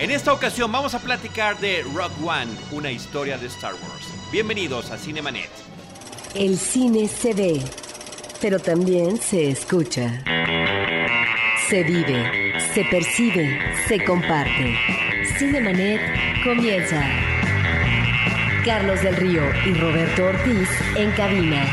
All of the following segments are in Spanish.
En esta ocasión vamos a platicar de Rogue One, una historia de Star Wars. Bienvenidos a Cinemanet. El cine se ve, pero también se escucha. Se vive, se percibe, se comparte. Cinemanet comienza. Carlos del Río y Roberto Ortiz en cabina.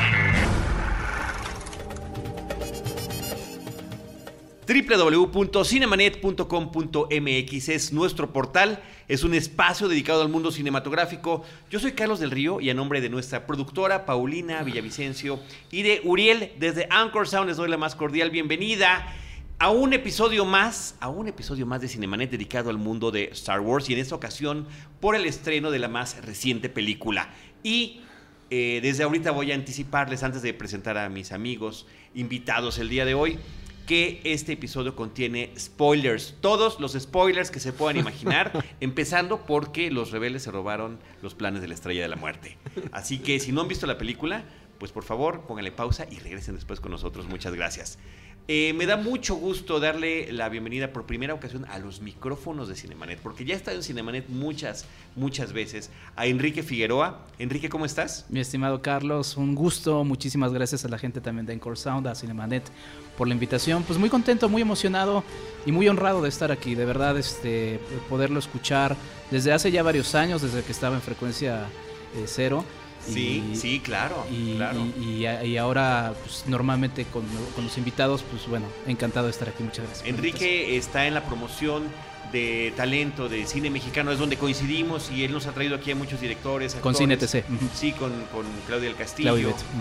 www.cinemanet.com.mx es nuestro portal, es un espacio dedicado al mundo cinematográfico. Yo soy Carlos del Río y a nombre de nuestra productora Paulina Villavicencio y de Uriel desde Anchor Sound les doy la más cordial bienvenida a un episodio más de Cinemanet dedicado al mundo de Star Wars y en esta ocasión por el estreno de la más reciente película. Y desde ahorita voy a anticiparles antes de presentar a mis amigos invitados el día de hoy que este episodio contiene spoilers, todos los spoilers que se puedan imaginar, empezando porque los rebeldes se robaron los planes de la Estrella de la Muerte. Así que si no han visto la película, pues por favor pónganle pausa y regresen después con nosotros. Muchas gracias. Me da mucho gusto darle la bienvenida por primera ocasión a los micrófonos de Cinemanet, porque ya he estado en Cinemanet muchas veces, a Enrique Figueroa. Enrique, ¿cómo estás? Mi estimado Carlos, un gusto, muchísimas gracias a la gente también de Anchor Sound, a Cinemanet por la invitación. Pues muy contento, muy emocionado y muy honrado de estar aquí, de verdad, poderlo escuchar desde hace ya varios años, desde que estaba en frecuencia cero. Sí, claro. Y ahora, pues, normalmente con los invitados, pues bueno, encantado de estar aquí. Muchas gracias. Enrique está en la promoción de talento de cine mexicano, es donde coincidimos y él nos ha traído aquí a muchos directores, actores. Con Cine TC. Sí, con Claudia del Castillo.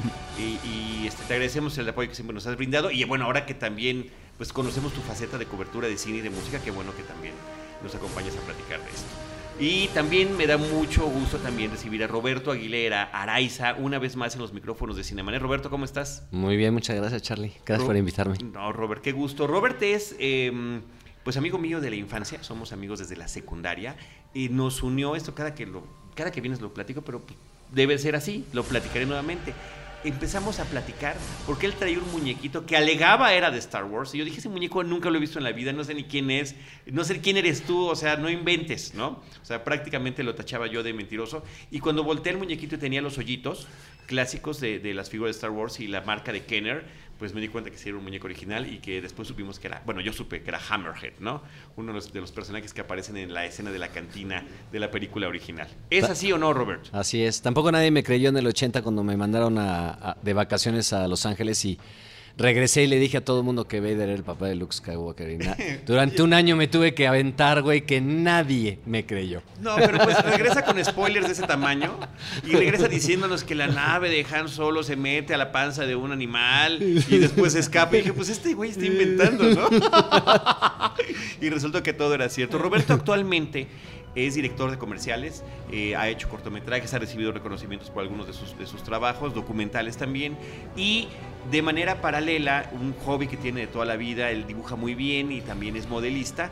Y te agradecemos el apoyo que siempre nos has brindado. Y bueno, ahora que también pues conocemos tu faceta de cobertura de cine y de música, qué bueno que también nos acompañas a platicar de esto. Y también me da mucho gusto también recibir a Roberto Aguilera Araiza una vez más en los micrófonos de Cinemanet. Roberto, ¿cómo estás? Muy bien, muchas gracias, Charlie. Gracias por invitarme. No, Robert, qué gusto. Robert es pues amigo mío de la infancia, somos amigos desde la secundaria y nos unió esto, cada que vienes lo platico, pero debe ser así, lo platicaré nuevamente. Empezamos a platicar porque él traía un muñequito que alegaba era de Star Wars y yo dije, ese muñeco nunca lo he visto en la vida, no sé ni quién es, no sé quién eres tú, o sea, no inventes, ¿no? O sea, prácticamente lo tachaba yo de mentiroso y cuando volteé el muñequito y tenía los hoyitos clásicos de las figuras de Star Wars y la marca de Kenner, pues me di cuenta que sí era un muñeco original y que después supimos que era, bueno, yo supe que era Hammerhead, ¿no? Uno de los personajes que aparecen en la escena de la cantina de la película original. ¿Es así o no, Robert? Así es. Tampoco nadie me creyó en el 80 cuando me mandaron de vacaciones a Los Ángeles y regresé y le dije a todo el mundo que Vader era el papá de Luke Skywalker. Durante un año me tuve que aventar, güey, que nadie me creyó. No, pero pues regresa con spoilers de ese tamaño y regresa diciéndonos que la nave de Han Solo se mete a la panza de un animal y después escapa. Y dije, pues este güey está inventando, ¿no? Y resultó que todo era cierto. Roberto actualmente es director de comerciales, ha hecho cortometrajes, ha recibido reconocimientos por algunos de sus trabajos, documentales también, y de manera paralela, un hobby que tiene de toda la vida, él dibuja muy bien y también es modelista.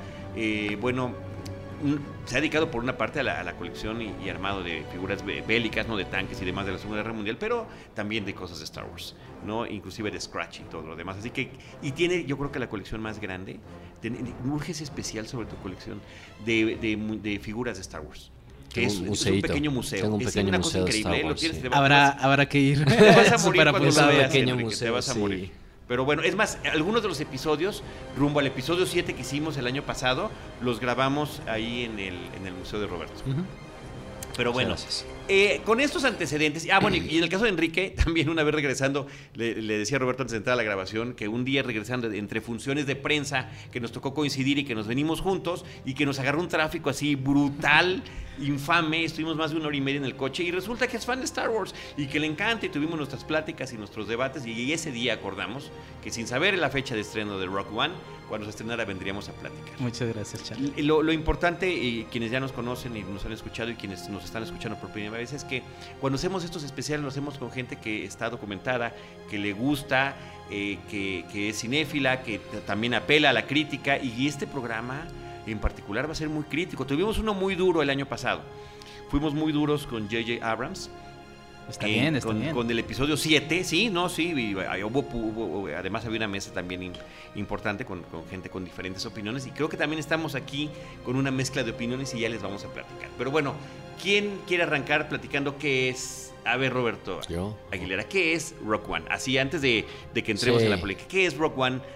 Se ha dedicado por una parte a la colección y armado de figuras bélicas, ¿no? De tanques y demás de la Segunda Guerra Mundial, pero también de cosas de Star Wars, ¿no? Inclusive de Scratch y todo lo demás. Así que, y tiene, yo creo que la colección más grande. Urges especial sobre tu colección de figuras de Star Wars. Que es un pequeño museo. Tengo un pequeño museo de Star Wars, sí. Habrá que ir. Te vas a morir cuando lo veas, te vas a morir. Pero bueno, es más, algunos de los episodios, rumbo al episodio 7 que hicimos el año pasado, los grabamos ahí en el Museo de Roberto. Pero bueno, con estos antecedentes, bueno, y en el caso de Enrique, también una vez regresando, le decía a Roberto antes de entrar a la grabación, que un día regresando entre funciones de prensa, que nos tocó coincidir y que nos venimos juntos, y que nos agarró un tráfico así brutal, infame, estuvimos más de 1 hora y media en el coche, y resulta que es fan de Star Wars, y que le encanta, y tuvimos nuestras pláticas y nuestros debates, y ese día acordamos que sin saber la fecha de estreno de Rogue One, cuando se estrenara vendríamos a platicar. Muchas gracias, Charlie. Lo importante, y quienes ya nos conocen y nos han escuchado, y quienes nos están escuchando por primera vez, es que cuando hacemos estos especiales, lo hacemos con gente que está documentada, que le gusta, que es cinéfila, que también apela a la crítica, y este programa en particular va a ser muy crítico. Tuvimos uno muy duro el año pasado. Fuimos muy duros con J.J. Abrams Está bien. Con el episodio 7, sí, no, sí, además había una mesa también importante con gente con diferentes opiniones y creo que también estamos aquí con una mezcla de opiniones y ya les vamos a platicar. Pero bueno, ¿quién quiere arrancar platicando qué es? A ver, Roberto Yo. Aguilera, ¿qué es Rogue One? Así, antes de que entremos en la política, ¿qué es Rogue One?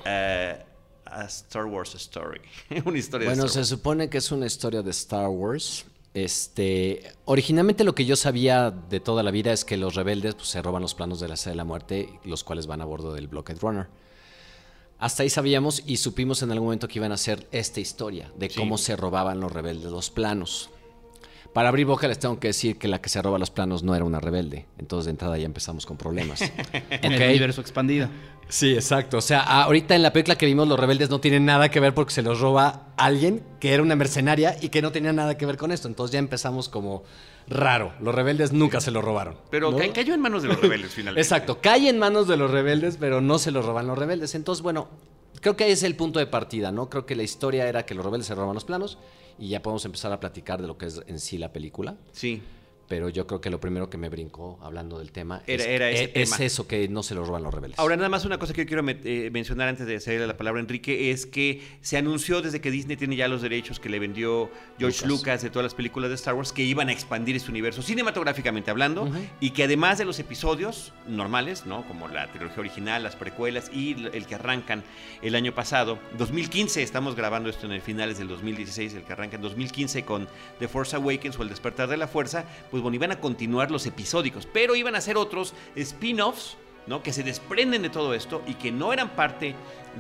A Star Wars Story. Una historia de Star Wars. Bueno, se supone que es una historia de Star Wars. Originalmente lo que yo sabía de toda la vida es que los rebeldes pues, se roban los planos de la Estrella de la Muerte, los cuales van a bordo del Blockade Runner. Hasta ahí sabíamos y supimos en algún momento que iban a hacer esta historia de cómo se robaban los rebeldes los planos. Para abrir boca les tengo que decir que la que se roba los planos no era una rebelde. Entonces de entrada ya empezamos con problemas. En el universo expandido. Sí, exacto. O sea, ahorita en la película que vimos los rebeldes no tienen nada que ver porque se los roba alguien que era una mercenaria y que no tenía nada que ver con esto. Entonces ya empezamos como raro. Los rebeldes nunca se lo robaron. Pero ¿no? Cayó en manos de los rebeldes finalmente. Exacto. Cae en manos de los rebeldes, pero no se lo roban los rebeldes. Entonces, bueno, creo que ahí es el punto de partida, ¿no? Creo que la historia era que los rebeldes se roban los planos y ya podemos empezar a platicar de lo que es en sí la película. Sí. Pero yo creo que lo primero que me brincó hablando del tema era ese tema. Es eso, que no se lo roban los rebeldes. Ahora, nada más una cosa que yo quiero mencionar antes de cederle la palabra a Enrique es que se anunció desde que Disney tiene ya los derechos que le vendió George Lucas de todas las películas de Star Wars que iban a expandir este universo cinematográficamente hablando y que además de los episodios normales, ¿no? Como la trilogía original, las precuelas y el que arrancan el año pasado, 2015, estamos grabando esto en el finales del 2016, el que arranca en 2015 con The Force Awakens o El Despertar de la Fuerza, pues bueno, iban a continuar los episódicos, pero iban a ser otros spin-offs, ¿no? Que se desprenden de todo esto y que no eran parte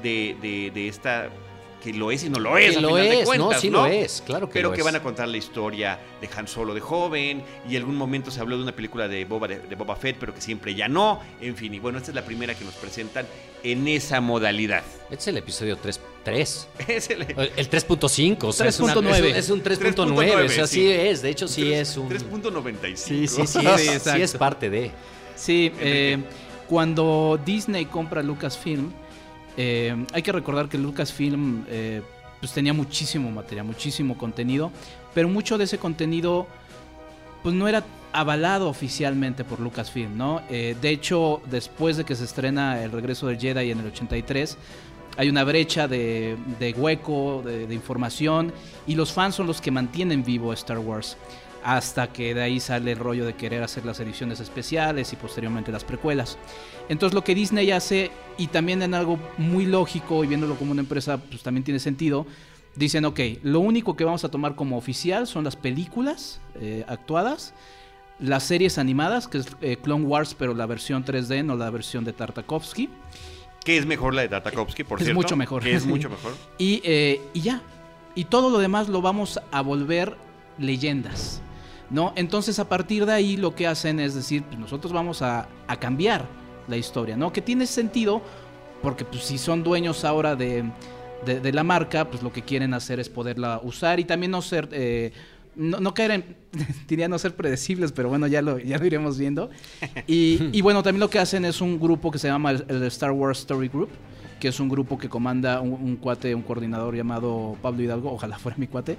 de esta, que lo es y no lo es, que al lo final es, de cuentas, ¿no? Sí ¿no? lo es, claro que pero lo que es. van a contar la historia de Han Solo de joven y en algún momento se habló de una película de Boba Fett, pero que siempre ya no, en fin, y bueno, esta es la primera que nos presentan en esa modalidad. Este es el episodio 3. Es el 3.5, o sea, 3.9. es un 3.9, o sea, sí es, de hecho sí es un 3.95. Sí es parte de. Sí, cuando Disney compra Lucasfilm, hay que recordar que Lucasfilm pues tenía muchísimo material, muchísimo contenido, pero mucho de ese contenido pues no era avalado oficialmente por Lucasfilm, ¿no? De hecho, después de que se estrena El Regreso del Jedi en el 83, hay una brecha de hueco, de información, y los fans son los que mantienen vivo Star Wars, hasta que de ahí sale el rollo de querer hacer las ediciones especiales y posteriormente las precuelas. Entonces lo que Disney hace, y también en algo muy lógico y viéndolo como una empresa, pues también tiene sentido, dicen, ok, lo único que vamos a tomar como oficial son las películas actuadas, las series animadas, que es Clone Wars, pero la versión 3D, no la versión de Tartakovsky. Que es mejor la de Tartakovsky, por cierto. Es mucho mejor. Que es mucho mejor. Y ya. Y todo lo demás lo vamos a volver leyendas, ¿no? Entonces, a partir de ahí, lo que hacen es decir, pues nosotros vamos a cambiar la historia, ¿no? Que tiene sentido, porque pues, si son dueños ahora de la marca, pues lo que quieren hacer es poderla usar y también no ser... No caer en, diría no ser predecibles, pero bueno, ya lo iremos viendo. Y bueno, también lo que hacen es un grupo que se llama el Star Wars Story Group, que es un grupo que comanda un cuate, un coordinador llamado Pablo Hidalgo, ojalá fuera mi cuate.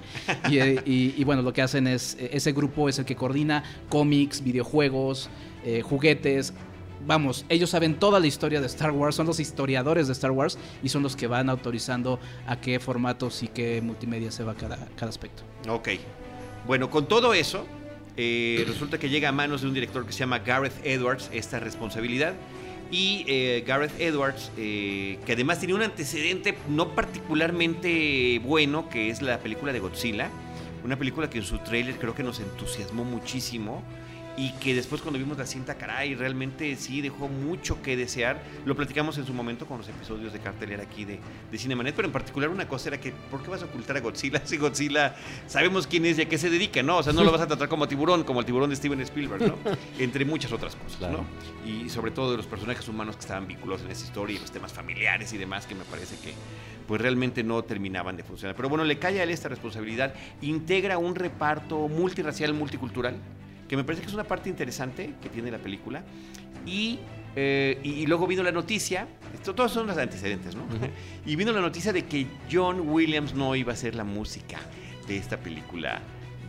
Y bueno, lo que hacen es, ese grupo es el que coordina cómics, videojuegos, juguetes. Vamos, ellos saben toda la historia de Star Wars, son los historiadores de Star Wars y son los que van autorizando a qué formatos y qué multimedia se va cada aspecto. Ok. Bueno, con todo eso, resulta que llega a manos de un director que se llama Gareth Edwards esta responsabilidad. Y Gareth Edwards, que además tiene un antecedente no particularmente bueno, que es la película de Godzilla. Una película que en su tráiler creo que nos entusiasmó muchísimo. Y que después cuando vimos la cinta, caray, realmente sí dejó mucho que desear. Lo platicamos en su momento con los episodios de cartelera aquí de Cinemanet, pero en particular una cosa era que, ¿por qué vas a ocultar a Godzilla? Si Godzilla sabemos quién es y a qué se dedica, ¿no? O sea, no lo vas a tratar como tiburón, como el tiburón de Steven Spielberg, ¿no? Entre muchas otras cosas, claro, ¿no? Y sobre todo de los personajes humanos que estaban vinculados en esa historia y los temas familiares y demás, que me parece que pues realmente no terminaban de funcionar. Pero bueno, le cae a él esta responsabilidad, integra un reparto multirracial, multicultural, que me parece que es una parte interesante que tiene la película. Y luego vino la noticia, todos son los antecedentes, ¿no? Uh-huh. Y vino la noticia de que John Williams no iba a hacer la música de esta película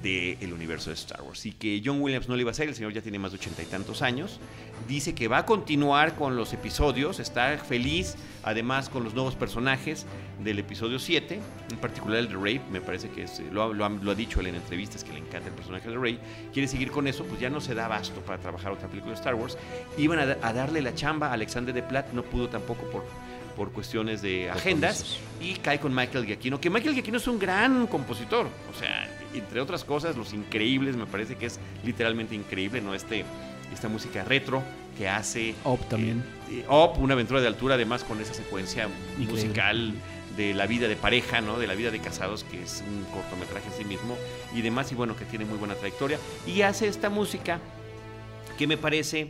del universo de Star Wars. Y que John Williams no lo iba a hacer, el señor ya tiene más de 80 y tantos años. Dice que va a continuar con los episodios, está feliz además con los nuevos personajes del episodio 7, en particular el de Rey, me parece que lo ha dicho él en entrevistas que le encanta el personaje de Rey. Quiere seguir con eso, pues ya no se da abasto para trabajar otra película de Star Wars. Iban a darle la chamba a Alexander Desplat, no pudo tampoco por cuestiones de agendas, y cae con Michael Giacchino, que Michael Giacchino es un gran compositor, o sea, entre otras cosas, Los Increíbles, me parece que es literalmente increíble, ¿no? Esta música retro que hace Up también. Up, Una aventura de altura, además con esa secuencia Increíble. musical de la vida de pareja, ¿no? De la vida de casados, que es un cortometraje en sí mismo y demás, y bueno, que tiene muy buena trayectoria, y hace esta música que me parece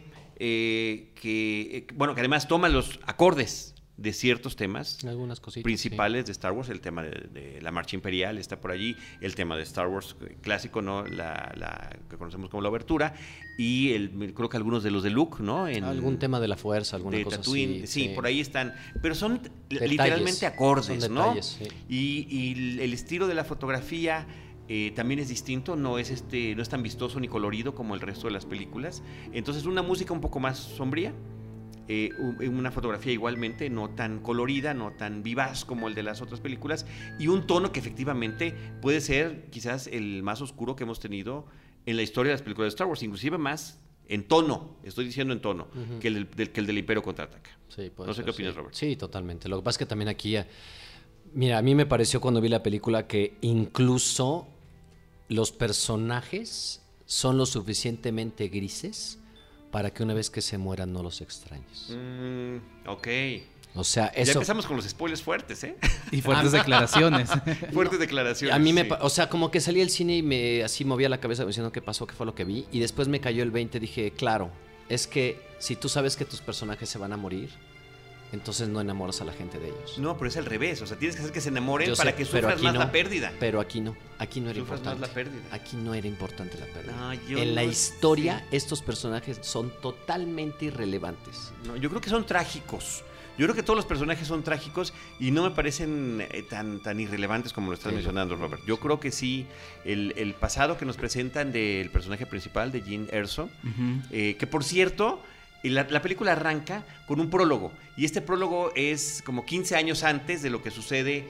que además toma los acordes de ciertos temas Algunas cositas, principales de Star Wars. El tema de la marcha imperial está por allí, el tema de Star Wars clásico, ¿no? La que conocemos como la obertura, y creo que algunos de los de Luke, ¿no? Algún tema de la fuerza, alguna de cosa Tatooine, así. Sí, por ahí están, pero son Detalles, literalmente acordes, son ¿no? detalles, sí. Y el estilo de la fotografía también es distinto, no es tan vistoso ni colorido como el resto de las películas. Entonces, una música un poco más sombría, una fotografía igualmente no tan colorida, no tan vivaz como el de las otras películas, y un tono que efectivamente puede ser quizás el más oscuro que hemos tenido en la historia de las películas de Star Wars, inclusive más en tono, estoy diciendo en tono, que el del Imperio Contraataca. Sí, no sé qué opinas, Robert. Sí, totalmente. Lo que pasa es que también aquí, mira, a mí me pareció cuando vi la película que incluso los personajes son lo suficientemente grises para que una vez que se mueran no los extrañes. Ok. O sea, Ya eso... empezamos con los spoilers fuertes, ¿eh? Y fuertes declaraciones. Fuertes declaraciones. A mí sí. o sea, como que salí del cine y me así movía la cabeza diciendo qué pasó, qué fue lo que vi, y después me cayó el 20, dije, claro, es que si tú sabes que tus personajes se van a morir, entonces no enamoras a la gente de ellos. No, pero es al revés, o sea, tienes que hacer que se enamoren Yo para sé, que pero sufras aquí más no. la pérdida. Pero aquí no era Sufras importante. más la pérdida. Aquí no era importante la pérdida. No, yo en la no historia, sé. estos personajes son totalmente irrelevantes. No, yo creo que son trágicos. Yo creo que todos los personajes son trágicos y no me parecen tan irrelevantes como lo estás mencionando, Robert. Yo creo que sí, el pasado que nos presentan del personaje principal, de Jyn Erso, que por cierto, la película arranca con un prólogo, y este prólogo es como 15 años antes de lo que sucede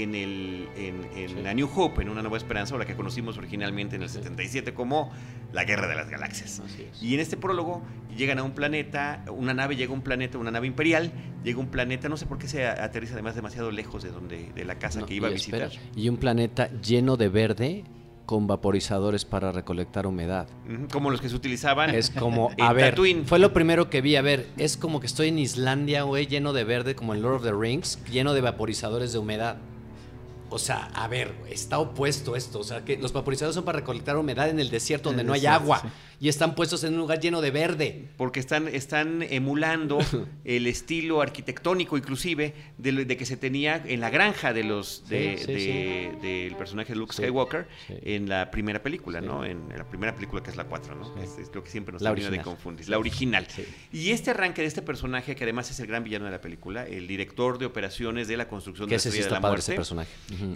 en La New Hope, en Una Nueva Esperanza, o la que conocimos originalmente en el 77 como La Guerra de las Galaxias. Y en este prólogo llegan a un planeta, una nave llega a un planeta, una nave imperial, llega a un planeta, no sé por qué se aterriza además demasiado lejos de la casa que iba a visitar. Espera, y un planeta lleno de verde con vaporizadores para recolectar humedad. Como los que se utilizaban Es como, en a ver, Tatooine. fue lo primero que vi, a ver, es como que estoy en Islandia, güey, lleno de verde, como en Lord of the Rings, lleno de vaporizadores de humedad. O sea, a ver, está opuesto esto, o sea, que los vaporizadores son para recolectar humedad en el desierto donde no hay agua, y están puestos en un lugar lleno de verde. Porque están emulando el estilo arquitectónico, inclusive, de que se tenía en la granja del personaje de Luke Skywalker en la primera película, ¿no? En la primera película, que es la 4, ¿no? Es lo que siempre nos termina de confundir. La original. Sí. Y este arranque de este personaje, que además es el gran villano de la película, el director de operaciones de la construcción de la Estrella de la Muerte. Ese personaje.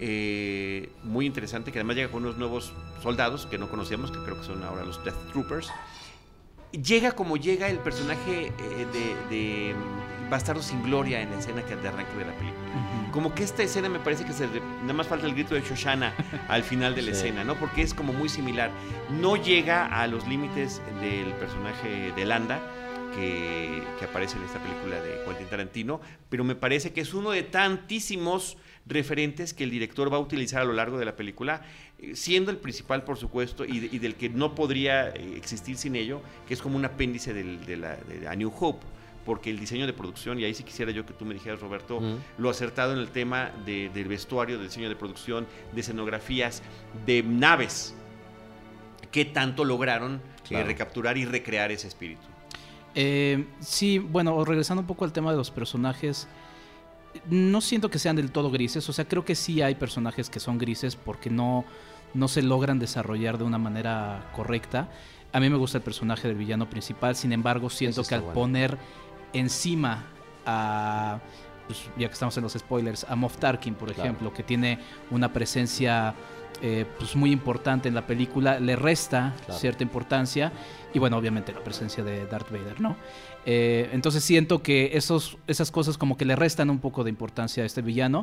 Muy interesante, que además llega con unos nuevos soldados que no conocíamos, que creo que son ahora los Death Troopers. Llega como llega el personaje de Bastardo sin Gloria en la escena que de arranque de la película. Como que esta escena me parece que nada más falta el grito de Shoshana al final de la escena, ¿no? Porque es como muy similar. No llega a los límites del personaje de Landa, que aparece en esta película de Quentin Tarantino, pero me parece que es uno de tantísimos referentes que el director va a utilizar a lo largo de la película, siendo el principal, por supuesto, y del que no podría existir sin ello, que es como un apéndice de A New Hope, porque el diseño de producción, y ahí sí quisiera yo que tú me dijeras, Roberto, lo acertado en el tema del vestuario, del diseño de producción, de escenografías, de naves, ¿qué tanto lograron recapturar y recrear ese espíritu? Sí, bueno, regresando un poco al tema de los personajes, no siento que sean del todo grises, o sea, creo que sí hay personajes que son grises porque no se logran desarrollar de una manera correcta. A mí me gusta el personaje del villano principal, sin embargo, siento que al poner encima a pues, ya que estamos en los spoilers, a Moff Tarkin, por ejemplo, que tiene una presencia pues muy importante en la película, le resta cierta importancia, y bueno, obviamente la presencia de Darth Vader, ¿no? Entonces siento que esas cosas como que le restan un poco de importancia a este villano.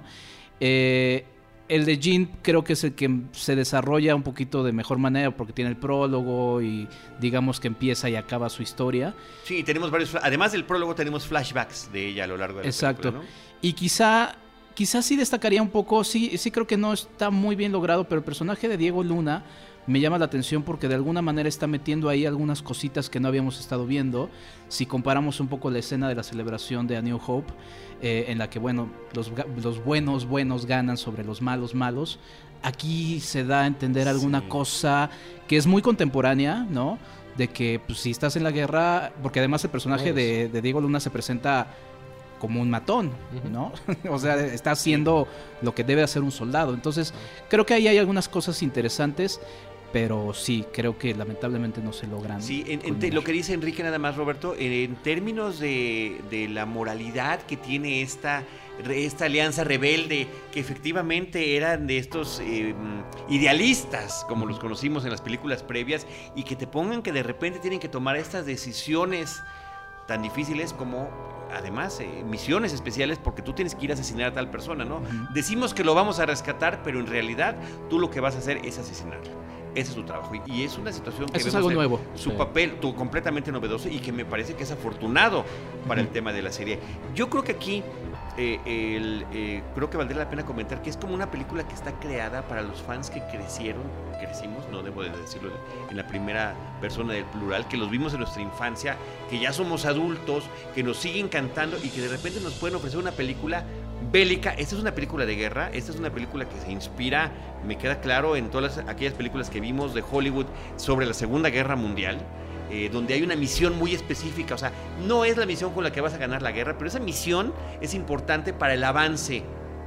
El de Jyn creo que es el que se desarrolla un poquito de mejor manera porque tiene el prólogo y digamos que empieza y acaba su historia. Sí, tenemos varios, además del prólogo tenemos flashbacks de ella a lo largo de la película, ¿no? Y quizás sí destacaría un poco, sí creo que no está muy bien logrado, pero el personaje de Diego Luna me llama la atención porque de alguna manera está metiendo ahí algunas cositas que no habíamos estado viendo. Si comparamos un poco la escena de la celebración de A New Hope, en la que, bueno, los buenos ganan sobre los malos, aquí se da a entender alguna cosa que es muy contemporánea, ¿no? De que pues, si estás en la guerra, porque además el personaje de Diego Luna se presenta como un matón, ¿no? O sea, está haciendo lo que debe hacer un soldado. Entonces, creo que ahí hay algunas cosas interesantes, pero sí, creo que lamentablemente no se logran. Sí, lo que dice Enrique nada más, Roberto, en términos de la moralidad que tiene esta alianza rebelde, que efectivamente eran de estos idealistas, como los conocimos en las películas previas, y que te pongan que de repente tienen que tomar estas decisiones tan difíciles como, además, misiones especiales porque tú tienes que ir a asesinar a tal persona, ¿no? Decimos que lo vamos a rescatar, pero en realidad tú lo que vas a hacer es asesinarlo. Ese es tu trabajo y es una situación que eso es algo nuevo. Su papel completamente novedoso y que me parece que es afortunado para el tema de la serie. Yo creo que aquí creo que valdría la pena comentar que es como una película que está creada para los fans que crecimos, no debo de decirlo en la primera persona del plural, que los vimos en nuestra infancia, que ya somos adultos, que nos siguen cantando y que de repente nos pueden ofrecer una película bélica. Esta es una película de guerra, esta es una película que se inspira, me queda claro, en todas aquellas películas que vimos de Hollywood sobre la Segunda Guerra Mundial, donde hay una misión muy específica. O sea, no es la misión con la que vas a ganar la guerra, pero esa misión es importante para el avance,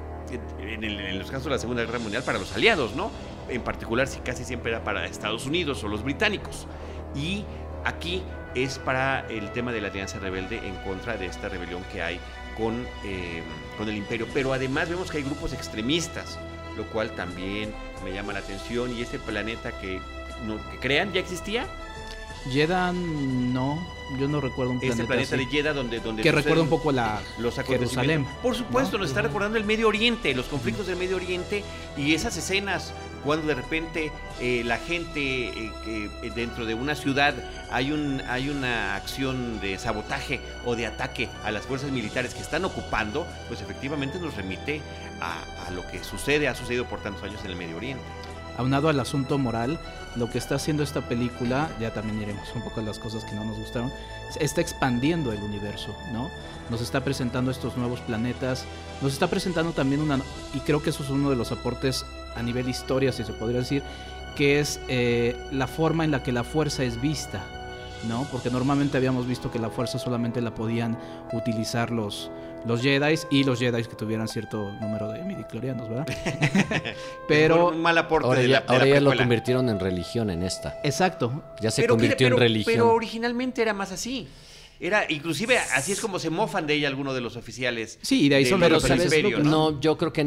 en los casos de la Segunda Guerra Mundial, para los aliados, ¿no? En particular, si casi siempre era para Estados Unidos o los británicos. Y aquí es para el tema de la alianza rebelde en contra de esta rebelión que hay con el imperio. Pero además vemos que hay grupos extremistas, lo cual también me llama la atención. Y este planeta que crean, ¿ya existía? Jedha, no, yo no recuerdo un planeta. Este planeta así, de Jedha donde que recuerda un poco los Jerusalén. Por supuesto, ¿no? Nos está recordando el Medio Oriente, los conflictos del Medio Oriente y esas escenas cuando de repente la gente dentro de una ciudad hay una acción de sabotaje o de ataque a las fuerzas militares que están ocupando, pues efectivamente nos remite a lo que ha sucedido por tantos años en el Medio Oriente. Aunado al asunto moral, lo que está haciendo esta película, ya también iremos un poco a las cosas que no nos gustaron, está expandiendo el universo, ¿no? Nos está presentando estos nuevos planetas, nos está presentando también y creo que eso es uno de los aportes a nivel historia, si se podría decir, que es la forma en la que la fuerza es vista, ¿no? Porque normalmente habíamos visto que la fuerza solamente la podían utilizar los Jedi y los Jedi que tuvieran cierto número de midichlorianos, ¿verdad? Pero un mal aporte ahora ya lo convirtieron en religión en esta. Exacto. Ya se convirtió en religión. Pero originalmente era más así. Inclusive así es como se mofan de ella algunos de los oficiales. Sí, y de ahí son pero los ¿sabes? imperio, No, yo creo que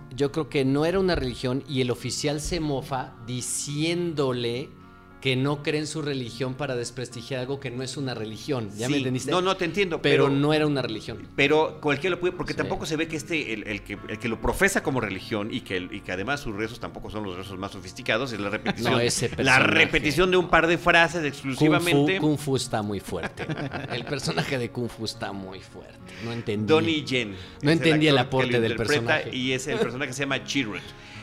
no era una religión y el oficial se mofa diciéndole que no cree en su religión para desprestigiar algo que no es una religión. ¿Ya me entendiste? No te entiendo. Pero no era una religión. Pero cualquiera lo puede, porque tampoco se ve que el que lo profesa como religión y que además sus rezos tampoco son los rezos más sofisticados, es la repetición. No, ese personaje. La repetición de un par de frases exclusivamente. Kung Fu está muy fuerte. El personaje de Kung Fu está muy fuerte. No entendí. Donnie Yen. No entendí el aporte del personaje. Y es el personaje que se llama Chirrut.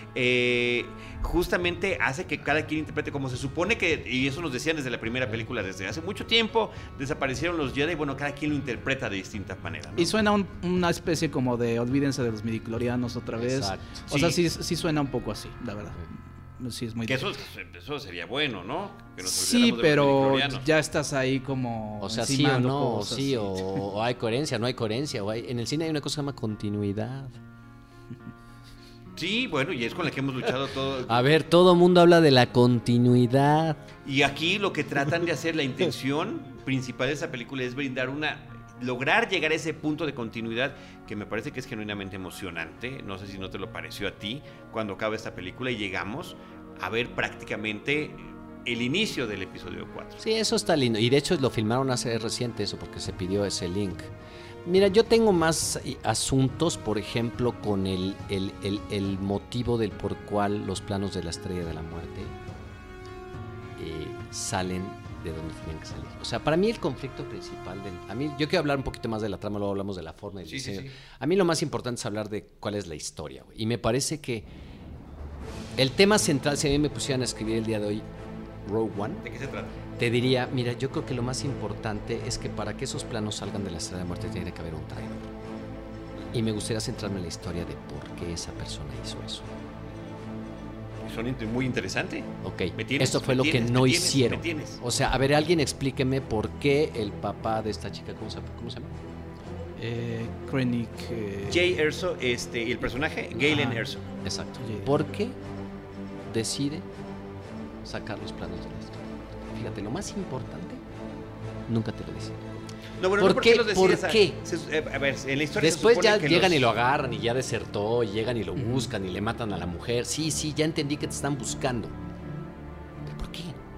Justamente hace que cada quien interprete como se supone que, y eso nos decían desde la primera película, desde hace mucho tiempo desaparecieron los Jedi, bueno, cada quien lo interpreta de distintas maneras, ¿no? Y suena una especie como de olvídense de los midichlorianos otra vez. Exacto. O sea, sí suena un poco así, la verdad. Sí, es muy que eso sería bueno, ¿no? Que nos sí, olvidáramos de pero los midichlorianos. ya estás ahí como o sea, sí o no, cosas, sí, o hay coherencia, no hay coherencia. En el cine hay una cosa que se llama continuidad. Sí, bueno, y es con la que hemos luchado todo. A ver, todo mundo habla de la continuidad. Y aquí lo que tratan de hacer, la intención principal de esa película es brindar lograr llegar a ese punto de continuidad que me parece que es genuinamente emocionante. No sé si no te lo pareció a ti cuando acaba esta película y llegamos a ver prácticamente el inicio del episodio 4. Sí, eso está lindo. Y de hecho lo filmaron hace reciente eso porque se pidió ese link. Mira, yo tengo más asuntos, por ejemplo, con el motivo del por cual los planos de la Estrella de la Muerte salen de donde tienen que salir. O sea, para mí el conflicto principal yo quiero hablar un poquito más de la trama, luego hablamos de la forma y diseño. Sí. A mí lo más importante es hablar de cuál es la historia, güey. Y me parece que el tema central, si a mí me pusieran a escribir el día de hoy Rogue One, ¿de qué se trata? Te diría, mira, yo creo que lo más importante es que para que esos planos salgan de la Estrella de la Muerte tiene que haber un traidor. Y me gustaría centrarme en la historia de por qué esa persona hizo eso. Son muy interesante. Ok, esto fue lo que no hicieron. O sea, a ver, alguien explíqueme por qué el papá de esta chica, ¿cómo se llama? Krennic. Jay Erso, y el personaje, Galen Erso. Exacto. ¿Por qué decide sacar los planos de la historia? Fíjate, lo más importante, nunca te lo dicen. No, bueno, ¿Por qué? ¿Por qué? A ver, en la historia después ya llegan y lo agarran y ya desertó, y llegan y lo buscan y le matan a la mujer. Sí, ya entendí que te están buscando. ¿Pero por qué?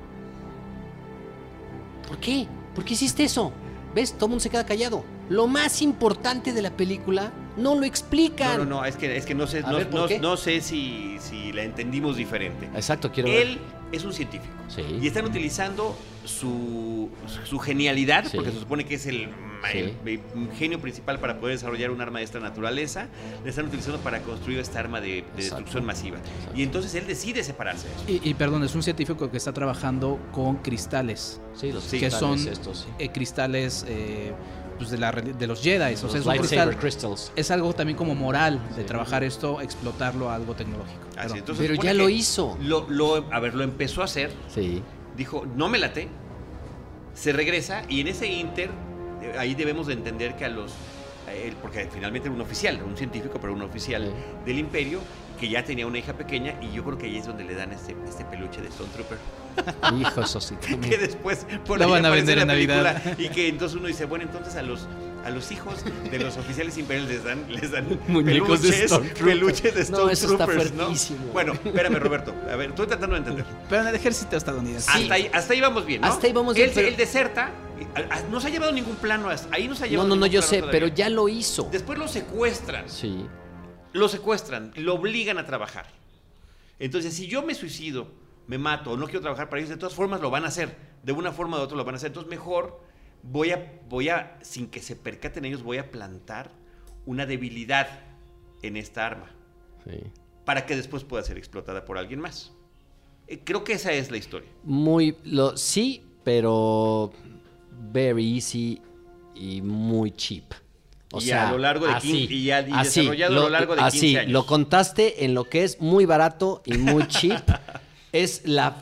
¿Por qué? ¿Por qué hiciste eso? ¿Ves? Todo el mundo se queda callado. Lo más importante de la película no lo explican. No, es que no sé, no sé si la entendimos diferente. Exacto, quiero ver. Él es un científico. Sí. Y están utilizando su genialidad, porque se supone que es el genio principal para poder desarrollar un arma de esta naturaleza. Le están utilizando para construir esta arma de destrucción masiva. Exacto. Y entonces él decide separarse de eso. Y perdón, es un científico que está trabajando con cristales. Sí, los que cristales son estos. Cristales pues de los Jedi. O sea, es un lightsaber crystals. Es algo también como moral de trabajar esto, explotarlo a algo tecnológico. Así, pero ya lo hizo. Lo empezó a hacer. Sí. Dijo, no me late. Se regresa y en ese inter, ahí debemos de entender que porque finalmente era un oficial, un científico, pero un oficial del Imperio, que ya tenía una hija pequeña, y yo creo que ahí es donde le dan este peluche de Stormtrooper. Hijo, eso sí. Que después lo van a vender en Navidad. Y que entonces uno dice, bueno, entonces a los hijos de los oficiales imperiales les dan muñecos peluches de Stormtroopers. No, eso está fuertísimo. ¿No? Bueno, espérame, Roberto. A ver, estoy tratando de entender. Pero en el ejército estadounidense. Sí. Hasta ahí vamos bien, ¿no? Hasta ahí vamos bien. Él deserta. No se ha llevado ningún plano. Ahí no se ha llevado No, yo sé, todavía. pero ya lo hizo. Después lo secuestran. Sí. Lo secuestran, lo obligan a trabajar. Entonces, si yo me suicido, me mato o no quiero trabajar para ellos, de todas formas lo van a hacer. De una forma u otra lo van a hacer. Entonces, mejor voy a sin que se percaten ellos, voy a plantar una debilidad en esta arma. Sí. Para que después pueda ser explotada por alguien más. Creo que esa es la historia. Sí, pero very easy y muy cheap. O sea, a lo largo de desarrollado a lo largo de 15 años. Lo contaste en lo que es muy barato y muy cheap. Es la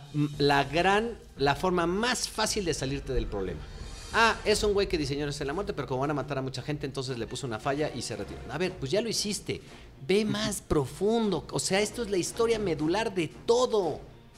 forma más fácil de salirte del problema. Es un güey que diseñó Estrella de la Muerte, pero como van a matar a mucha gente, entonces le puso una falla y se retiró. A ver, pues ya lo hiciste. Ve más profundo. O sea, esto es la historia medular de todo.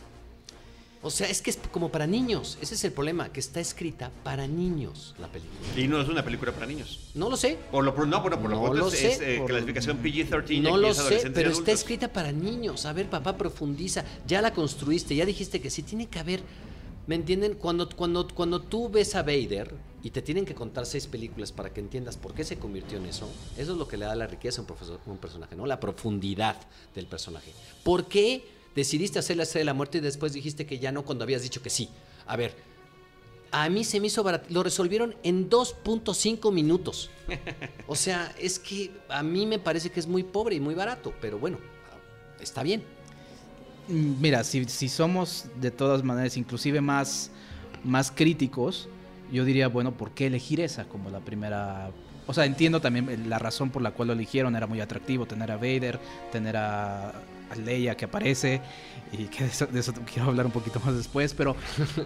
O sea, es que es como para niños. Ese es el problema, que está escrita para niños la película. Y no es una película para niños. No lo sé. Por lo pronto es clasificación PG-13. No lo sé, pero está escrita para niños. A ver, papá, profundiza. Ya la construiste, ya dijiste que sí. Tiene que haber... ¿Me entienden? Cuando tú ves a Vader y te tienen que contar 6 películas para que entiendas por qué se convirtió en eso, eso es lo que le da la riqueza a un personaje, ¿no? La profundidad del personaje. ¿Por qué decidiste hacer la Estrella de la Muerte y después dijiste que ya no cuando habías dicho que sí? A ver, a mí se me hizo barato. Lo resolvieron en 2.5 minutos. O sea, es que a mí me parece que es muy pobre y muy barato, pero bueno, está bien. Mira, si somos de todas maneras inclusive más críticos, yo diría, bueno, ¿por qué elegir esa como la primera? O sea, entiendo también la razón por la cual lo eligieron, era muy atractivo tener a Vader, tener a Leia que aparece, y que de eso quiero hablar un poquito más después, pero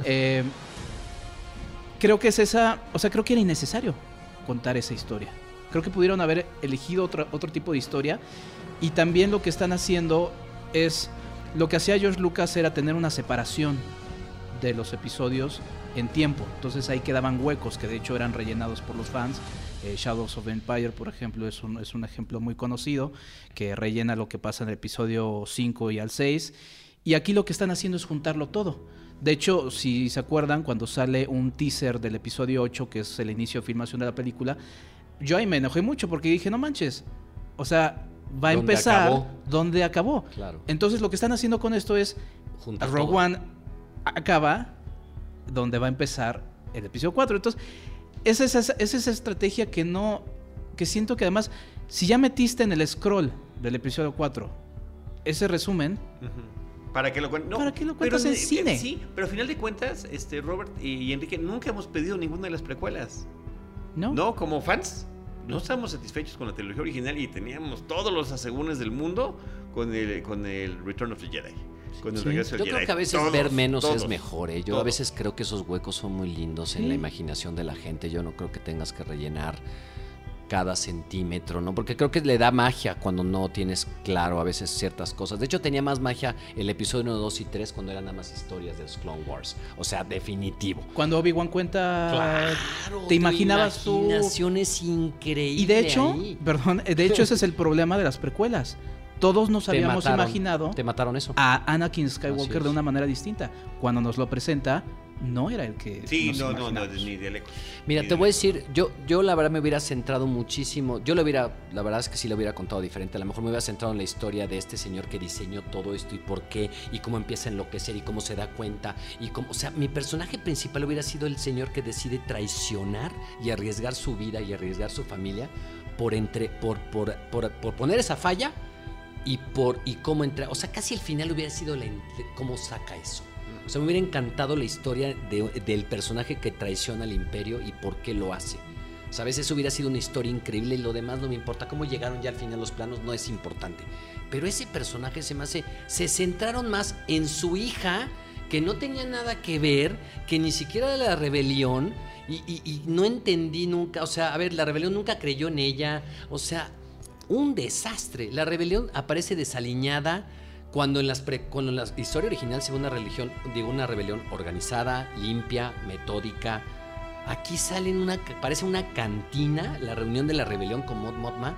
creo que es esa, o sea, creo que era innecesario contar esa historia. Creo que pudieron haber elegido otro tipo de historia, y también lo que están haciendo es... Lo que hacía George Lucas era tener una separación de los episodios en tiempo. Entonces ahí quedaban huecos que de hecho eran rellenados por los fans. Shadows of the Empire, por ejemplo, es un ejemplo muy conocido que rellena lo que pasa en el episodio 5 y al 6. Y aquí lo que están haciendo es juntarlo todo. De hecho, si se acuerdan, cuando sale un teaser del episodio 8, que es el inicio de filmación de la película, yo ahí me enojé mucho porque dije, no manches, o sea, va a empezar donde acabó. Claro. Entonces lo que están haciendo con esto es, Juntar Rogue todo. One acaba donde va a empezar el episodio 4. Entonces, es esa estrategia que siento que además, si ya metiste en el scroll del episodio 4 ese resumen, ¿Para qué lo cuentas? ¿para qué lo cuentas en cine? Sí, pero al final de cuentas, Robert y Enrique, nunca hemos pedido ninguna de las precuelas. ¿No? No, como fans, no estábamos satisfechos con la trilogía original y teníamos todos los asegúnes del mundo con el Return of the Jedi. Con el regreso del Yo Jedi. creo que a veces Todos, ver menos todos, es mejor, ¿eh? Yo todos. a veces creo que esos huecos son muy lindos en la imaginación de la gente. Yo no creo que tengas que rellenar cada centímetro, ¿no? Porque creo que le da magia cuando no tienes claro a veces ciertas cosas. De hecho, tenía más magia el episodio 1, 2 y 3 cuando eran nada más historias de los Clone Wars. O sea, definitivo. Cuando Obi-Wan cuenta, Claro, te imaginabas tu imaginación es increíble. Y de hecho, ahí. ese es el problema de las precuelas. Todos nos Te habíamos mataron, imaginado Te mataron eso. a Anakin Así Skywalker es. de una manera distinta. Cuando nos lo presenta, no era el que Sí, nos no, imaginamos. ni de lejos. Mira, Ni te de voy a lejos. decir, yo la verdad me hubiera centrado muchísimo, la verdad es que sí lo hubiera contado diferente, a lo mejor me hubiera centrado en la historia de este señor que diseñó todo esto y por qué, y cómo empieza a enloquecer y cómo se da cuenta, y cómo, o sea, mi personaje principal hubiera sido el señor que decide traicionar y arriesgar su vida y arriesgar su familia por poner esa falla y cómo entra, o sea, casi el final hubiera sido cómo saca eso. O sea, me hubiera encantado la historia del personaje que traiciona al imperio y por qué lo hace. ¿Sabes? Eso hubiera sido una historia increíble y lo demás no me importa. Cómo llegaron ya al final los planos no es importante. Pero ese personaje se centraron más en su hija, que no tenía nada que ver, que ni siquiera era la rebelión, y no entendí nunca. O sea, a ver, la rebelión nunca creyó en ella. O sea, un desastre. La rebelión aparece desaliñada cuando en la historia original se ve una rebelión organizada, limpia, metódica. Aquí parece una cantina, la reunión de la rebelión con Mon Mothma.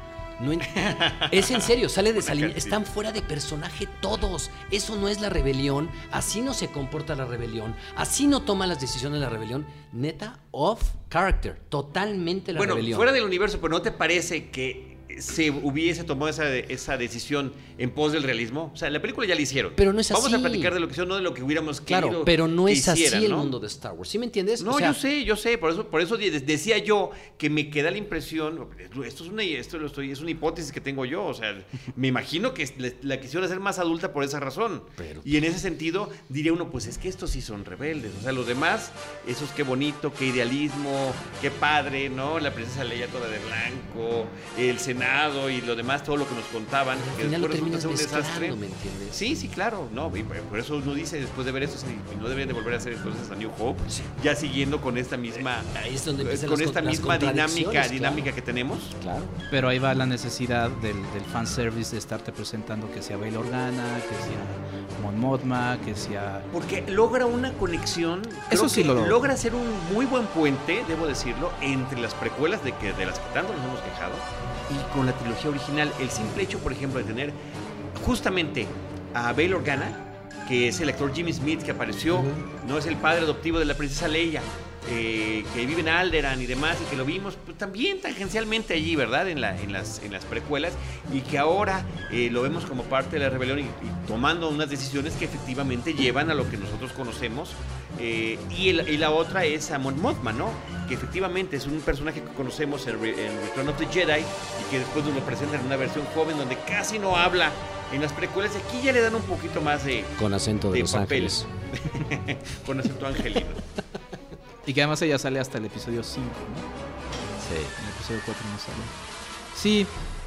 Es en serio, sale desaliñada. Están fuera de personaje todos. Eso no es la rebelión. Así no se comporta la rebelión. Así no toma las decisiones la rebelión. Neta, off character. Totalmente la rebelión. Fuera del universo, pero ¿no te parece que se hubiese tomado esa decisión en pos del realismo? O sea, la película ya la hicieron. Pero no es así. Vamos a platicar de lo que hicieron, no de lo que hubiéramos querido. Claro, pero no que es así hicieran, el ¿no? mundo de Star Wars. ¿Sí me entiendes? No, O sea, yo sé. Por eso decía yo que me queda la impresión. Esto es una hipótesis que tengo yo. O sea, me imagino que la quisieron hacer más adulta por esa razón. Y en ese sentido, diría uno, pues es que estos sí son rebeldes. O sea, los demás, esos qué bonito, qué idealismo, qué padre, ¿no? La princesa Leia toda de blanco, el Senado y lo demás, todo lo que nos contaban. al Que final lo después resulta terminas ser un desastre. mezclando, ¿me entiendes? Sí, claro, no, y por eso uno dice después de ver esto, no deberían de volver a hacer entonces a New Hope, Sí. ya siguiendo con esta misma, Ahí es donde empiezan con las esta las misma contradicciones, dinámica claro. que tenemos. Claro. Pero ahí va la necesidad del fanservice de estarte presentando que sea Bail Organa, que sea Mon Mothma, que sea... Porque logra una conexión, Eso creo sí que lo logra. logra hacer un muy buen puente, debo decirlo, entre las precuelas de las que tanto nos hemos quejado y con la trilogía original. El simple hecho, por ejemplo, de tener justamente a Bail Organa, que es el actor Jimmy Smith que apareció, no es el padre adoptivo de la princesa Leia, que vive en Alderaan y demás, y que lo vimos pues, también tangencialmente allí, ¿verdad? En las precuelas, y que ahora lo vemos como parte de la rebelión y tomando unas decisiones que efectivamente llevan a lo que nosotros conocemos. Y la otra es a Mon Mothma, ¿no? Que efectivamente es un personaje que conocemos en Return of the Jedi y que después nos lo presentan en una versión joven donde casi no habla en las precuelas, y aquí ya le dan un poquito más de Con acento de Los papel. Ángeles. Con acento angelino. Y que además ella sale hasta el episodio 5, ¿no? Sí. En el episodio 4 no sale. Sí,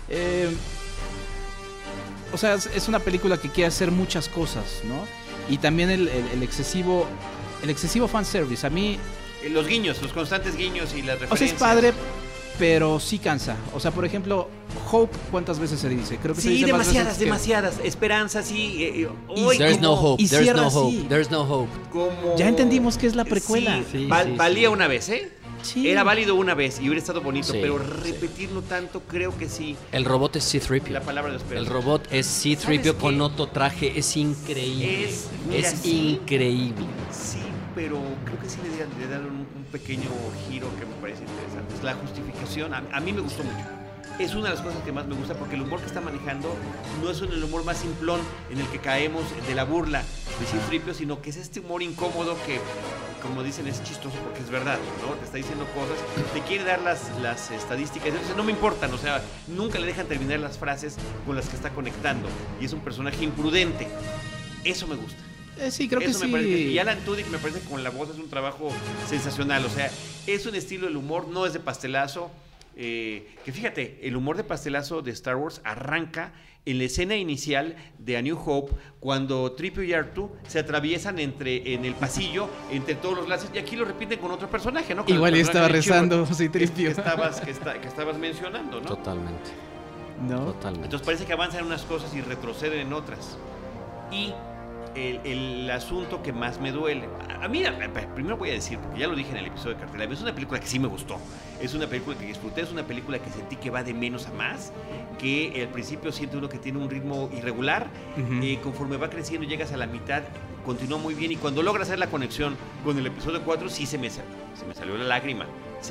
o sea, es una película que quiere hacer muchas cosas, ¿no? Y también el excesivo fanservice. A mí, Los guiños, los constantes guiños y las o referencias. sea, es padre pero sí cansa. O sea, por ejemplo, Hope, ¿cuántas veces se dice? Creo que se Sí, dice más veces demasiadas. Esperanza, sí. There's no hope, y there's cierra no así. hope, there's no hope. Como... Ya entendimos que es la precuela. Sí, Sí, valía sí. una vez, ¿eh? Sí. Era válido una vez y hubiera estado bonito, Sí, pero sí. repetirlo tanto, creo que sí. El robot es C-3PO. La palabra de esperanza. El robot es ¿Sabes C-3PO con qué? otro traje. Es increíble. Mira, Es sí. increíble. Sí, pero creo que sí le dan un pequeño giro que me parece interesante. Es la justificación. A mí me gustó mucho. Es una de las cosas que más me gusta porque el humor que está manejando no es el humor más simplón en el que caemos de la burla de C-3PO, sino que es este humor incómodo que, como dicen, es chistoso porque es verdad, ¿no? Te está diciendo cosas, te quiere dar las estadísticas, entonces no me importan, o sea, nunca le dejan terminar las frases con las que está conectando. Y es un personaje imprudente. Eso me gusta. Sí, creo Eso que me parece que sí. Y sí. Alan Tudyk me parece que con la voz es un trabajo sensacional. O sea, es un estilo del humor, no es de pastelazo. Que fíjate, el humor de pastelazo de Star Wars arranca en la escena inicial de A New Hope, cuando Tripio y R2 se atraviesan en el pasillo, entre todos los lazos, y aquí lo repiten con otro personaje, ¿no? Con Igual el y estaba personaje de rezando, Chewbacca, sí, Tripio. que estabas mencionando, ¿no? Totalmente. ¿No? Totalmente. Entonces parece que avanzan en unas cosas y retroceden en otras. Y el asunto que más me duele, mira, primero voy a decir, porque ya lo dije en el episodio de Cartelera, es una película que sí me gustó, es una película que disfruté, es una película que sentí que va de menos a más, que al principio siente uno que tiene un ritmo irregular, conforme va creciendo llegas a la mitad, continúa muy bien, y cuando logra hacer la conexión con el episodio 4, sí se me salió la lágrima,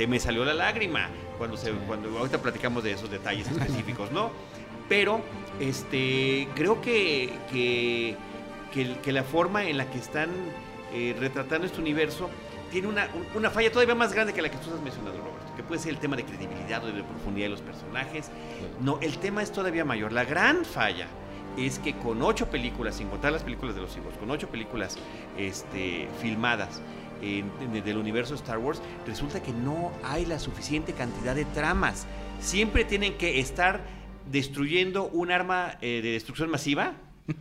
cuando ahorita platicamos de esos detalles específicos, ¿no? Pero creo que la forma en la que están retratando este universo tiene una falla todavía más grande que la que tú has mencionado, Roberto, que puede ser el tema de credibilidad o de profundidad de los personajes. No, el tema es todavía mayor. La gran falla es que con 8 películas, sin contar las películas de los hijos, con 8 películas filmadas del universo Star Wars, resulta que no hay la suficiente cantidad de tramas. Siempre tienen que estar destruyendo un arma de destrucción masiva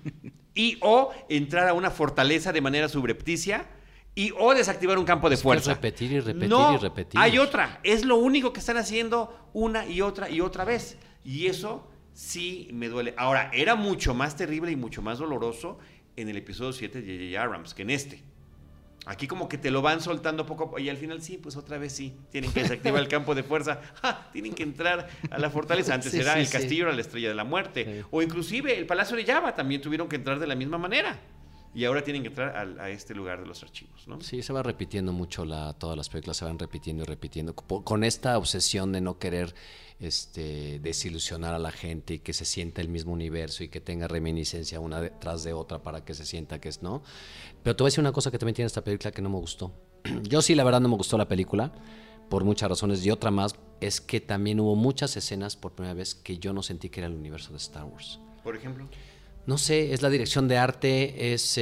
o entrar a una fortaleza de manera subrepticia o desactivar un campo de fuerza. Repetir y repetir no, y repetir. Hay otra. Es lo único que están haciendo una y otra vez. Y eso sí me duele. Ahora, era mucho más terrible y mucho más doloroso en el episodio 7 de J.J. Abrams que en este. Aquí como que te lo van soltando poco a poco y al final sí, pues otra vez sí. Tienen que desactivar el campo de fuerza. Tienen que entrar a la fortaleza. Antes era el castillo, era la estrella de la muerte. Sí. O inclusive el Palacio de Jabba también tuvieron que entrar de la misma manera. Y ahora tienen que entrar a este lugar de los archivos, ¿no? Sí, se va repitiendo mucho, todas las películas se van repitiendo y repitiendo. Con esta obsesión de no querer desilusionar a la gente y que se sienta el mismo universo y que tenga reminiscencia una detrás de otra para que se sienta que es, ¿no? Pero te voy a decir una cosa que también tiene esta película que no me gustó. Yo sí, la verdad, no me gustó la película por muchas razones. Y otra más es que también hubo muchas escenas por primera vez que yo no sentí que era el universo de Star Wars. Por ejemplo... No sé, es la dirección de arte, es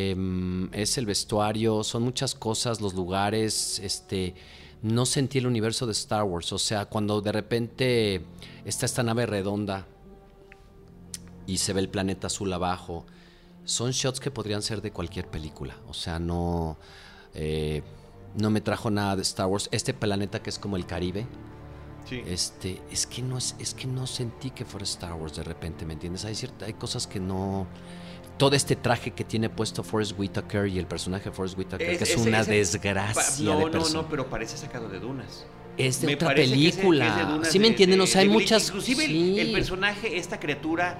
el vestuario, son muchas cosas, los lugares, no sentí el universo de Star Wars. O sea, cuando de repente está esta nave redonda y se ve el planeta azul abajo, son shots que podrían ser de cualquier película. O sea, no me trajo nada de Star Wars. Este planeta que es como el Caribe. Sí. Es que no sentí que fuera Star Wars de repente, ¿me entiendes? Hay cosas que no... Todo este traje que tiene puesto Forrest Whitaker y el personaje de Forrest Whitaker, que es una desgracia de persona. No, pero parece sacado de Dunas. Es de otra película. ¿Sí me entienden? O sea, hay muchas... Inclusive sí. el personaje, esta criatura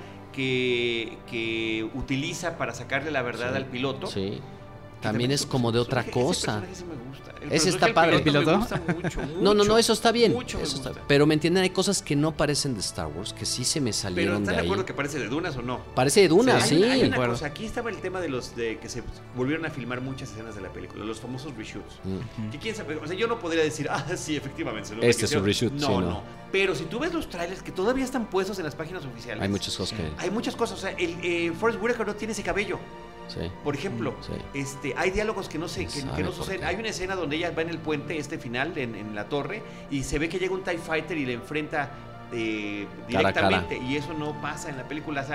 que utiliza para sacarle la verdad al piloto... Sí. También es como de otra cosa. Ese me gusta. Ese está padre. ¿El piloto? Me gusta mucho. No, eso está bien. Mucho eso está. Pero me entienden, hay cosas que no parecen de Star Wars, que sí se me salieron de ahí. ¿Pero están de acuerdo que parece de Dunas o no? Parece de Dunas, sí. Hay una cosa, aquí estaba el tema de que se volvieron a filmar muchas escenas de la película, los famosos reshoots. Que quién sabe, o sea, yo no podría decir, sí, efectivamente. Este es un reshoot, no. Pero si tú ves los trailers que todavía están puestos en las páginas oficiales. Hay muchas cosas Hay muchas cosas, o sea, Forrest Whitaker no tiene ese cabello. Sí. Por ejemplo, hay diálogos que no suceden. Hay una escena donde ella va en el puente final en la torre y se ve que llega un TIE Fighter y le enfrenta directamente, y eso no pasa en la película. O sea,